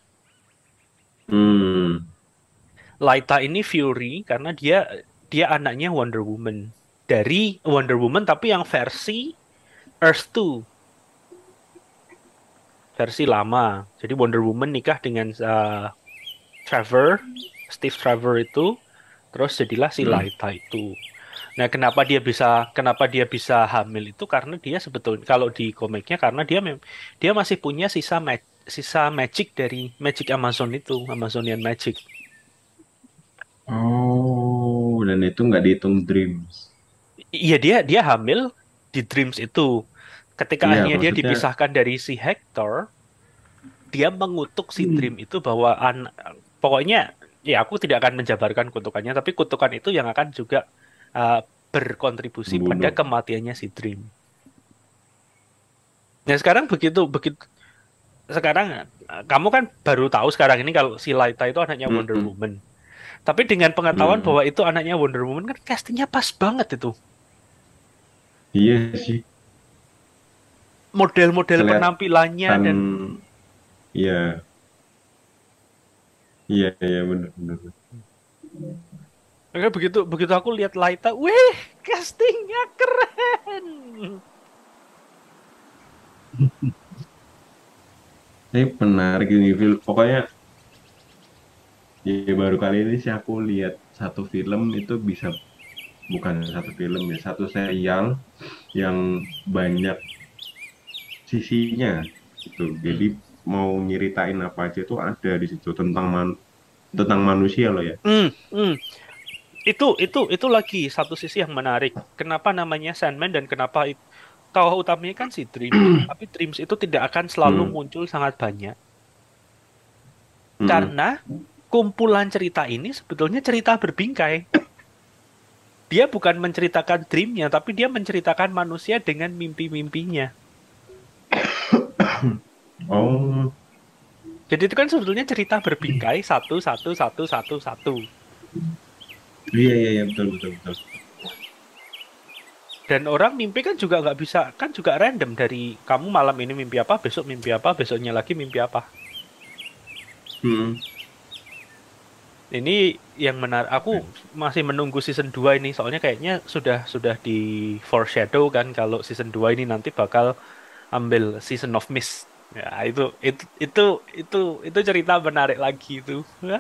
Hmm. Laita ini Fury karena dia dia anaknya Wonder Woman. Dari Wonder Woman tapi yang versi Earth two, versi lama. Jadi Wonder Woman nikah dengan eh, Trevor, Steve Trevor itu, terus jadilah si Hmm. Laita itu. Nah, kenapa dia bisa kenapa dia bisa hamil itu karena dia sebetulnya kalau di komiknya karena dia mem- dia masih punya sisa ma- sisa magic dari magic Amazon itu, Amazonian Magic. Oh, dan itu nggak dihitung dreams. Iya dia dia hamil di Dreams itu. Ketika Iya, akhirnya dia maksudnya. dipisahkan dari si Hector, dia mengutuk si Dream itu bahwa an pokoknya ya aku tidak akan menjabarkan kutukannya, tapi kutukan itu yang akan juga uh, berkontribusi pada Membunuh. kematiannya si Dream. Nah sekarang begitu begitu sekarang uh, kamu kan baru tahu sekarang ini kalau si Laita itu anaknya Wonder Mm-mm. Woman. Tapi dengan pengetahuan Mm-mm. bahwa itu anaknya Wonder Woman kan castingnya pas banget itu. Iya sih, Model-model kelihatan. penampilannya dan Iya, iya, iya, benar-benar. Oke, begitu begitu aku lihat Laita, wih, castingnya keren. Tapi menarik ini, Phil. Pokoknya Ya, baru kali ini sih aku lihat satu film itu bisa, bukan satu film ya, satu serial yang banyak sisinya gitu. Jadi Hmm. mau nyeritain apa aja itu ada di situ tentang man tentang manusia loh ya. Hmm, hmm. Itu itu itu lagi satu sisi yang menarik. Kenapa namanya Sandman dan kenapa it- tokoh utamanya kan si Dreams. Tapi Dreams itu tidak akan selalu Hmm, muncul sangat banyak hmm. karena kumpulan cerita ini sebetulnya cerita berbingkai. Dia bukan menceritakan dreamnya, tapi dia menceritakan manusia dengan mimpi-mimpinya. Oh, Jadi itu kan sebetulnya cerita berbingkai satu satu satu satu satu. iya iya iya, betul betul betul. Dan orang mimpi kan juga nggak bisa, kan juga random dari kamu malam ini mimpi apa, besok mimpi apa, besoknya lagi mimpi apa. Hmm. Ini yang menarik. Aku masih menunggu season dua ini, soalnya kayaknya sudah sudah di foreshadow kan kalau season dua ini nanti bakal ambil Season of Mist. Ya, itu itu itu itu itu cerita menarik lagi itu. Ya.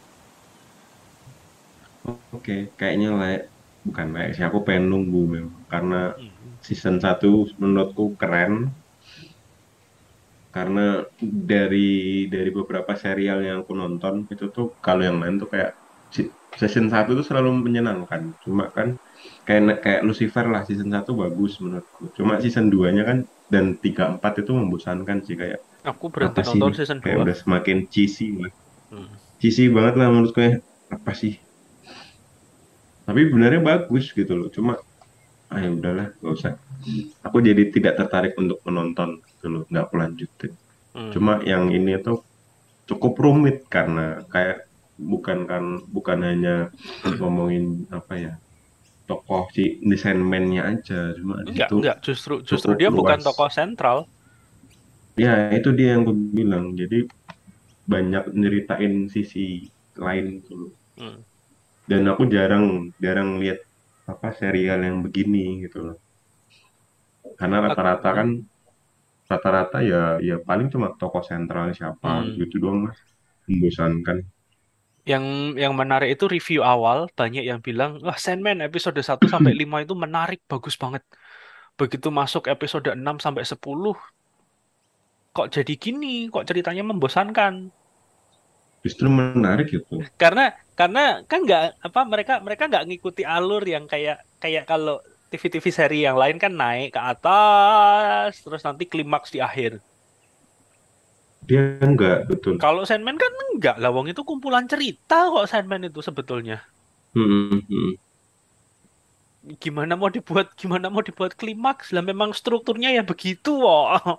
Oke, kayaknya layak, bukan layak sih, aku pengen nunggu memang karena Hmm. season satu menurutku keren, karena dari dari beberapa serial yang aku nonton itu tuh kalau yang lain tuh kayak si- season satu tuh selalu menyenangkan. Cuma kan kayak kayak Lucifer lah, season satu bagus menurutku. Cuma season dua-nya kan dan tiga empat itu membosankan sih, kayak Aku berhenti apa sih nonton ini? season Kayak dua. udah semakin cheesy lah. Hmm. Cheesy banget lah menurutku ya. Apa sih? Tapi sebenarnya bagus gitu loh. Cuma ah ya udahlah, gak usah. Aku jadi tidak tertarik untuk menonton gitu loh, nggak aku lanjutin. Hmm. Cuma yang ini tuh cukup rumit karena kayak bukan kan bukan hanya ngomongin apa ya, tokoh si desain man-nya aja, cuma di Enggak, situ enggak. Justru justru cukup dia bukan luas. tokoh sentral. Ya itu dia yang aku bilang, jadi banyak nyeritain sisi lain gitu loh. Hmm. Dan aku jarang jarang lihat apa serial yang begini gitu loh, karena Ak- rata-rata hmm. kan rata-rata ya ya paling cuma tokoh sentral siapa Hmm. gitu doang mas, membosankan. Yang yang menarik itu review awal banyak yang bilang, "Wah, Sandman episode satu sampai lima itu menarik, bagus banget." Begitu masuk episode enam sampai sepuluh, kok jadi gini? Kok ceritanya membosankan? Justru menarik gitu. Karena karena kan nggak apa mereka mereka nggak ngikuti alur yang kayak kayak kalau T V-T V seri yang lain kan naik ke atas terus nanti klimaks di akhir. Dia enggak betul. Kalau Sandman kan enggak lah, wong itu kumpulan cerita kok Sandman itu sebetulnya. Hmm, hmm, Gimana mau dibuat gimana mau dibuat klimaks lah memang strukturnya ya begitu kok.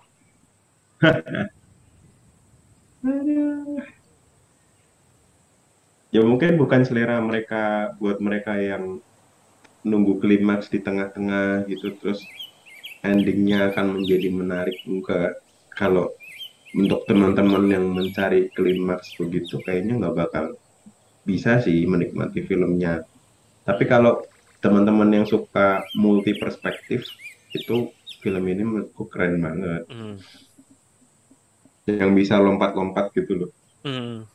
hmm. Ya mungkin bukan selera mereka, buat mereka yang nunggu klimaks di tengah-tengah gitu terus endingnya akan menjadi menarik, enggak. Kalau untuk teman-teman yang mencari klimaks begitu kayaknya nggak bakal bisa sih menikmati filmnya. Tapi Hmm, kalau teman-teman yang suka multi perspektif, itu film ini menurutku keren banget. hmm, Yang bisa lompat-lompat gitu loh. hmm.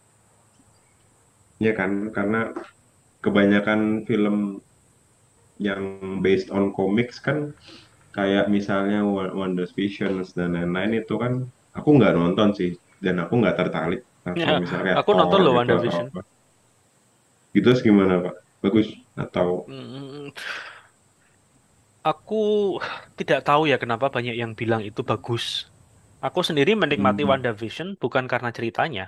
Ya kan, karena kebanyakan film yang based on comics kan kayak misalnya Wo- Wonder Vision dan lain-lain itu kan aku nggak nonton sih, dan aku nggak tertarik, Ya, atau misalnya kayak aku nonton Thor loh gitu atau WandaVision. apa gitu. Terus gimana Pak, bagus atau Hmm, aku tidak tahu ya kenapa banyak yang bilang itu bagus. Aku sendiri menikmati hmm, WandaVision bukan karena ceritanya.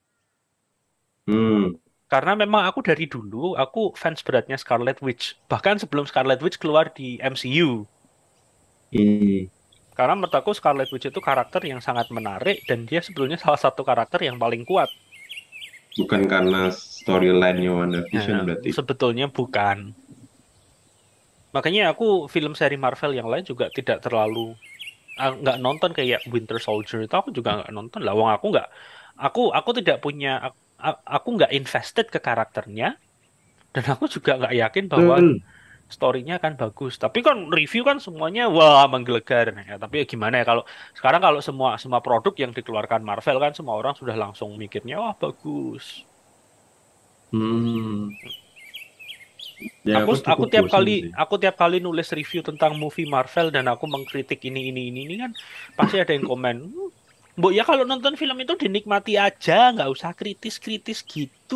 hmm, Karena memang aku dari dulu, aku fans beratnya Scarlet Witch. Bahkan sebelum Scarlet Witch keluar di M C U. hmm. Karena menurut aku Scarlet Witch itu karakter yang sangat menarik dan dia sebetulnya salah satu karakter yang paling kuat. Bukan karena storyline-nya WandaVision Nah, berarti. sebetulnya bukan. Makanya aku film seri Marvel yang lain juga tidak terlalu ah, nggak nonton kayak Winter Soldier itu aku juga nggak nonton lah. Wong aku nggak, aku aku tidak punya, aku, aku nggak invested ke karakternya dan aku juga nggak yakin bahwa Betul. story-nya kan bagus. Tapi kan review kan semuanya wah menggelegar. Ya, tapi ya gimana ya kalau sekarang kalau semua semua produk yang dikeluarkan Marvel kan semua orang sudah langsung mikirnya wah bagus. Hmm, ya Aku aku aku cukup tiap bosen kali sih. aku tiap kali nulis review tentang movie Marvel dan aku mengkritik ini ini ini ini kan pasti ada yang komen. "Hmm, Mbok ya kalau nonton film itu dinikmati aja, nggak usah kritis-kritis gitu."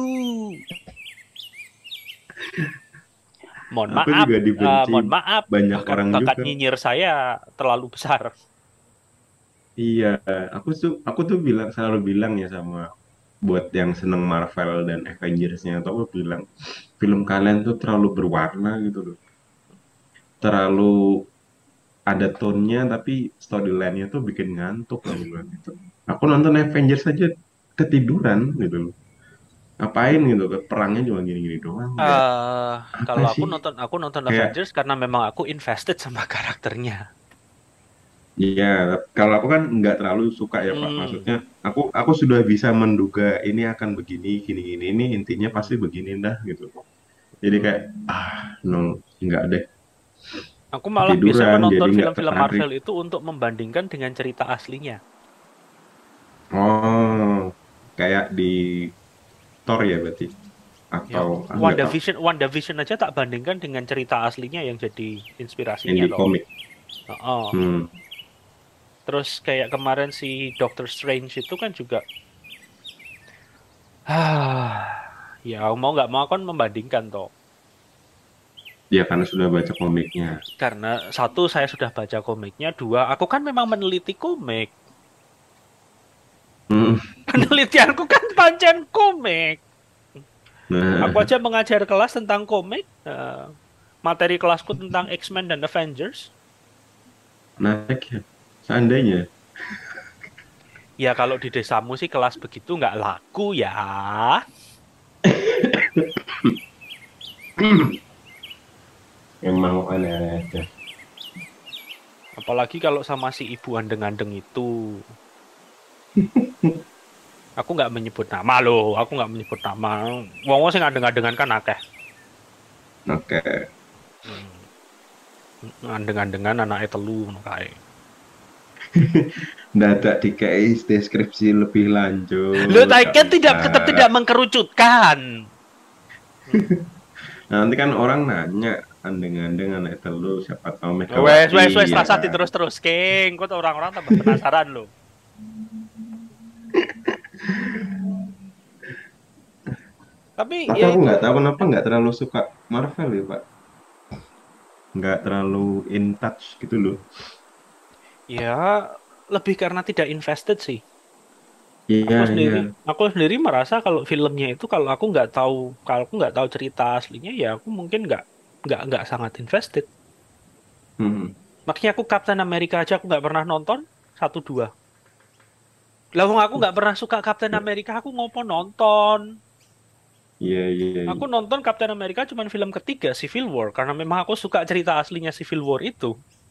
Mohon Aku maaf, juga eh, dibenci mohon maaf, banyak bakat orang bakat juga. nyinyir saya terlalu besar. Iya, aku tuh aku tuh bilang selalu bilang ya sama buat yang seneng Marvel dan Avengers-nya, atau aku bilang film kalian tuh terlalu berwarna gitu loh, terlalu ada tone-nya tapi storyline-nya tuh bikin ngantuk, aku bilang gitu. Aku nonton Avengers aja ketiduran gitu loh. Ngapain gitu, perangnya cuma gini-gini doang ya. eh Apa Kalau aku sih? nonton aku nonton Kayak Avengers karena memang aku invested sama karakternya. iya, kalau aku kan nggak terlalu suka ya Pak. Hmm. Maksudnya aku aku sudah bisa menduga ini akan begini, gini, gini, ini intinya pasti Hmm. begini dah gitu. Jadi kayak Hmm. ah no, nggak deh, Aku malah biasanya ketiduran jadi menonton nggak film-film tertarik. Marvel itu untuk membandingkan dengan cerita aslinya. Oh, kayak di Thor ya berarti, Ya, atau ah, nggak tahu WandaVision, WandaVision aja tak bandingkan dengan cerita aslinya yang jadi yang inspirasinya di toh. komik. Heeh. Hmm. Terus kayak kemarin si Doctor Strange itu kan juga, ah, ya mau nggak mau kan membandingkan toh. Ya karena sudah baca komiknya. Karena satu saya sudah baca komiknya, dua aku kan memang meneliti komik. Hmm. Penelitianku kan pancen komik. Aku Nah, aja mengajar kelas tentang komik. eh, Materi kelasku tentang X-Men dan Avengers. menarik ya. Seandainya. Ya kalau di desamu sih kelas begitu nggak laku ya. Emang aneh-aneh aja. Apalagi kalau sama si ibu andeng-andeng itu. Aku nggak menyebut nama loh. Aku nggak menyebut nama. Wong-wong sing andeng-andengan kan akeh. Oke. Hmm. Andeng-andengan anaknya telu ngono kae. Dadak dikai deskripsi lebih Loh, lanjut, tapi gak kan tidak tetap usah. tidak mengkerucutkan. Hmm. Nanti kan orang nanya, andeng-andeng anak telu, siapa tahu Wes, wes, Megawati, wes, ya rasa kan? terus-terus, King. Kok orang-orang tambah penasaran loh. Tapi Tapi ya aku itu, nggak tahu kenapa nggak terlalu suka Marvel ya, Pak. Nggak terlalu in touch gitu loh. ya lebih karena tidak invested sih. Iya, Aku iya. sendiri, aku sendiri merasa kalau filmnya itu kalau aku nggak tahu, kalau aku nggak tahu cerita aslinya, ya aku mungkin nggak nggak nggak sangat invested. Hmm. Makanya aku Captain America aja aku nggak pernah nonton satu dua. Lah wong aku nggak pernah suka Captain America, aku ngopo nonton. Iya, iya, Aku iya. nonton Captain America cuman film ketiga Civil War karena memang aku suka cerita aslinya Civil War itu.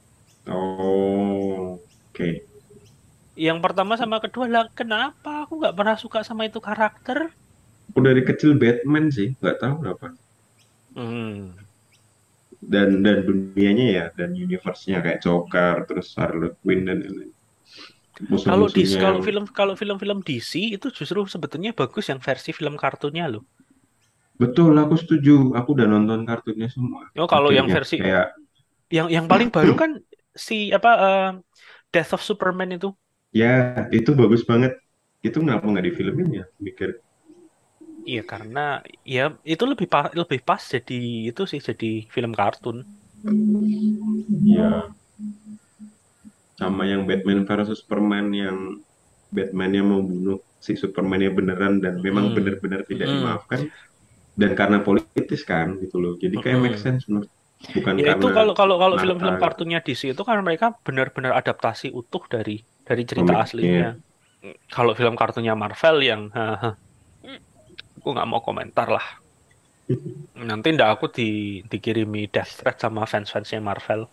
Oh, oke. Yang pertama sama kedua lah kenapa aku nggak pernah suka sama itu karakter? Aku dari kecil Batman sih, nggak tahu kenapa. Hmm. Dan dan dunianya ya, dan universe-nya kayak Joker, terus Harley Quinn dan lain-lain. Kalau di Musuh-musuhnya kalau yang film kalau film-film D C itu justru sebetulnya bagus yang versi film kartunnya loh. betul, aku setuju. Aku udah nonton kartunnya semua. Oh, kalau yang Akhirnya versi kayak yang yang paling baru kan si apa eh, Death of Superman itu. ya itu bagus banget. Itu kenapa nggak difilmin ya? Mikir. Iya karena ya itu lebih pas lebih pas jadi itu sih jadi film kartun. Ya, sama yang Batman versus Superman, yang Batman-nya mau bunuh si Superman-nya beneran dan memang Mm-mm. benar-benar tidak Mm-mm. dimaafkan, dan karena politis kan gitu loh. Jadi kayak make Mm-mm. sense menurut, bukan Ya itu karena kalau kalau kalau mata film-film gitu, kartunnya D C itu kan mereka benar-benar adaptasi utuh dari dari cerita aslinya. komiknya. Kalau film kartunnya Marvel yang haha, aku nggak mau komentar lah. Nanti ndak aku di dikirimi death threat sama fans-fansnya Marvel.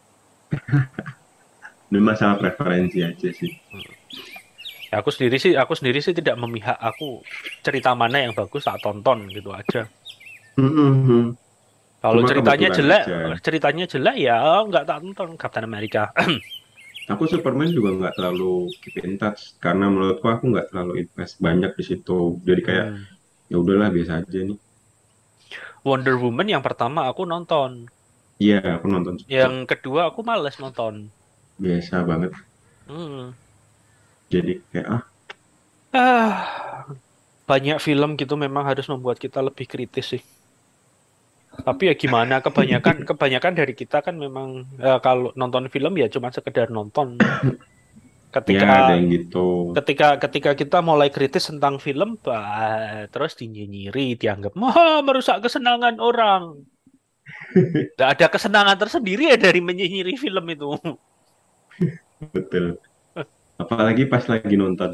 Ini masalah preferensi aja sih. Hmm. Ya, aku sendiri sih aku sendiri sih tidak memihak aku cerita mana yang bagus tak tonton gitu aja. Mhm. Kalau Cuma ceritanya kebetulan jelek, aja. ceritanya jelek ya nggak tak tonton Captain America. Aku Superman juga nggak terlalu keep in touch karena menurutku aku nggak terlalu invest banyak di situ. Jadi kayak Hmm. Ya udahlah biasa aja nih. Wonder Woman yang pertama aku nonton, Iya, aku nonton juga. yang kedua aku males nonton. Biasa banget. Hmm. Jadi kayak ah, Ah, banyak film gitu memang harus membuat kita lebih kritis sih. Tapi ya gimana, kebanyakan kebanyakan dari kita kan memang eh, kalau nonton film ya cuma sekedar nonton. ya Ketika ada yang gitu. ketika ketika kita mulai kritis tentang film, bah, terus dinyinyiri, dianggap wah merusak kesenangan orang. Nggak ada kesenangan tersendiri ya dari menyinyiri film itu. Betul. Apalagi pas lagi nonton.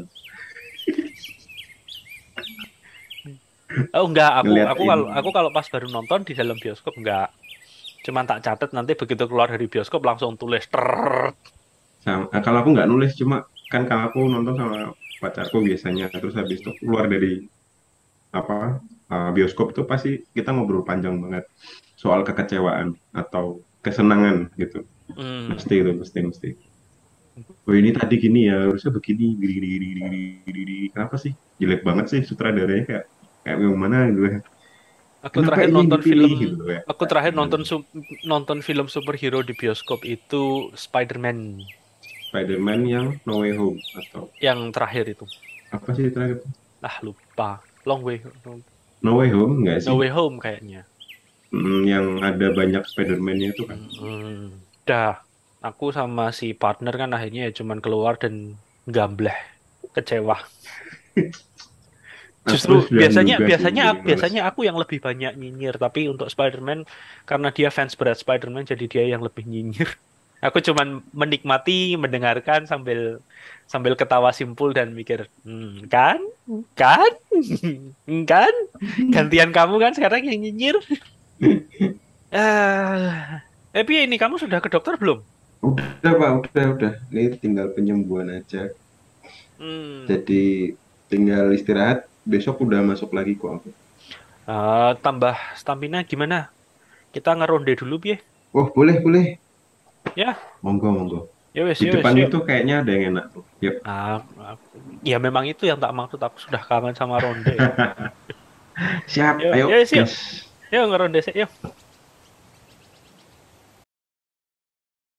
Oh enggak, aku Ngeliat aku kalau ini. aku kalau pas baru nonton di dalam bioskop enggak. Cuman tak catat nanti begitu keluar dari bioskop langsung tulis ter. Sama, nah, kalau aku nggak nulis, cuma kan kalau aku nonton sama pacarku biasanya, terus habis itu keluar dari apa uh, bioskop itu pasti kita ngobrol panjang banget soal kekecewaan atau kesenangan gitu. Hmm. Mesti itu, mesti, mesti. Oh ini tadi gini ya, harusnya begini, gini, gini, gini, gini, gini, gini. Kenapa sih? Jelek banget sih sutradaranya kayak kayak yang mana gitu ya. Aku Kenapa terakhir ini yang nonton dipilih film gitu loh ya. aku terakhir nonton su- nonton film superhero di bioskop itu Spider-Man Spider-Man yang No Way Home atau yang terakhir itu. apa sih terakhir? Ah, lupa. Long Way No Way Home nggak No sih? Way Home kayaknya. Mm, yang ada banyak Spider-Man-nya itu kan. Hmm. Dah, aku sama si partner kan akhirnya ya cuman keluar dan gambleh, kecewa. Aku Justru sudah biasanya juga sih biasanya jadi males. biasanya aku yang lebih banyak nyinyir, tapi untuk Spider-Man karena dia fans berat Spider-Man jadi dia yang lebih nyinyir. Aku cuman menikmati, mendengarkan sambil sambil ketawa simpul dan mikir, hmm, kan, kan, kan, gantian kamu kan sekarang yang nyinyir. Ah, tapi ini kamu sudah ke dokter belum? Udah Pak, udah, udah. Ini tinggal penyembuhan aja. Hmm, Jadi tinggal istirahat, besok udah masuk lagi kok aku. ah, tambah stamina gimana? Kita ngeronde dulu, Bi. Oh, boleh, boleh. Ya, Monggo, monggo. ya wes, Di ya wes, depan yuk. itu kayaknya ada yang enak tuh. Yuk. Ah, ah, ya memang itu yang tak maksud. Aku sudah kangen sama ronde. Siap, Yuk, ya ayo, wes, yuk. gas. Yuk ngeronde sih, yuk.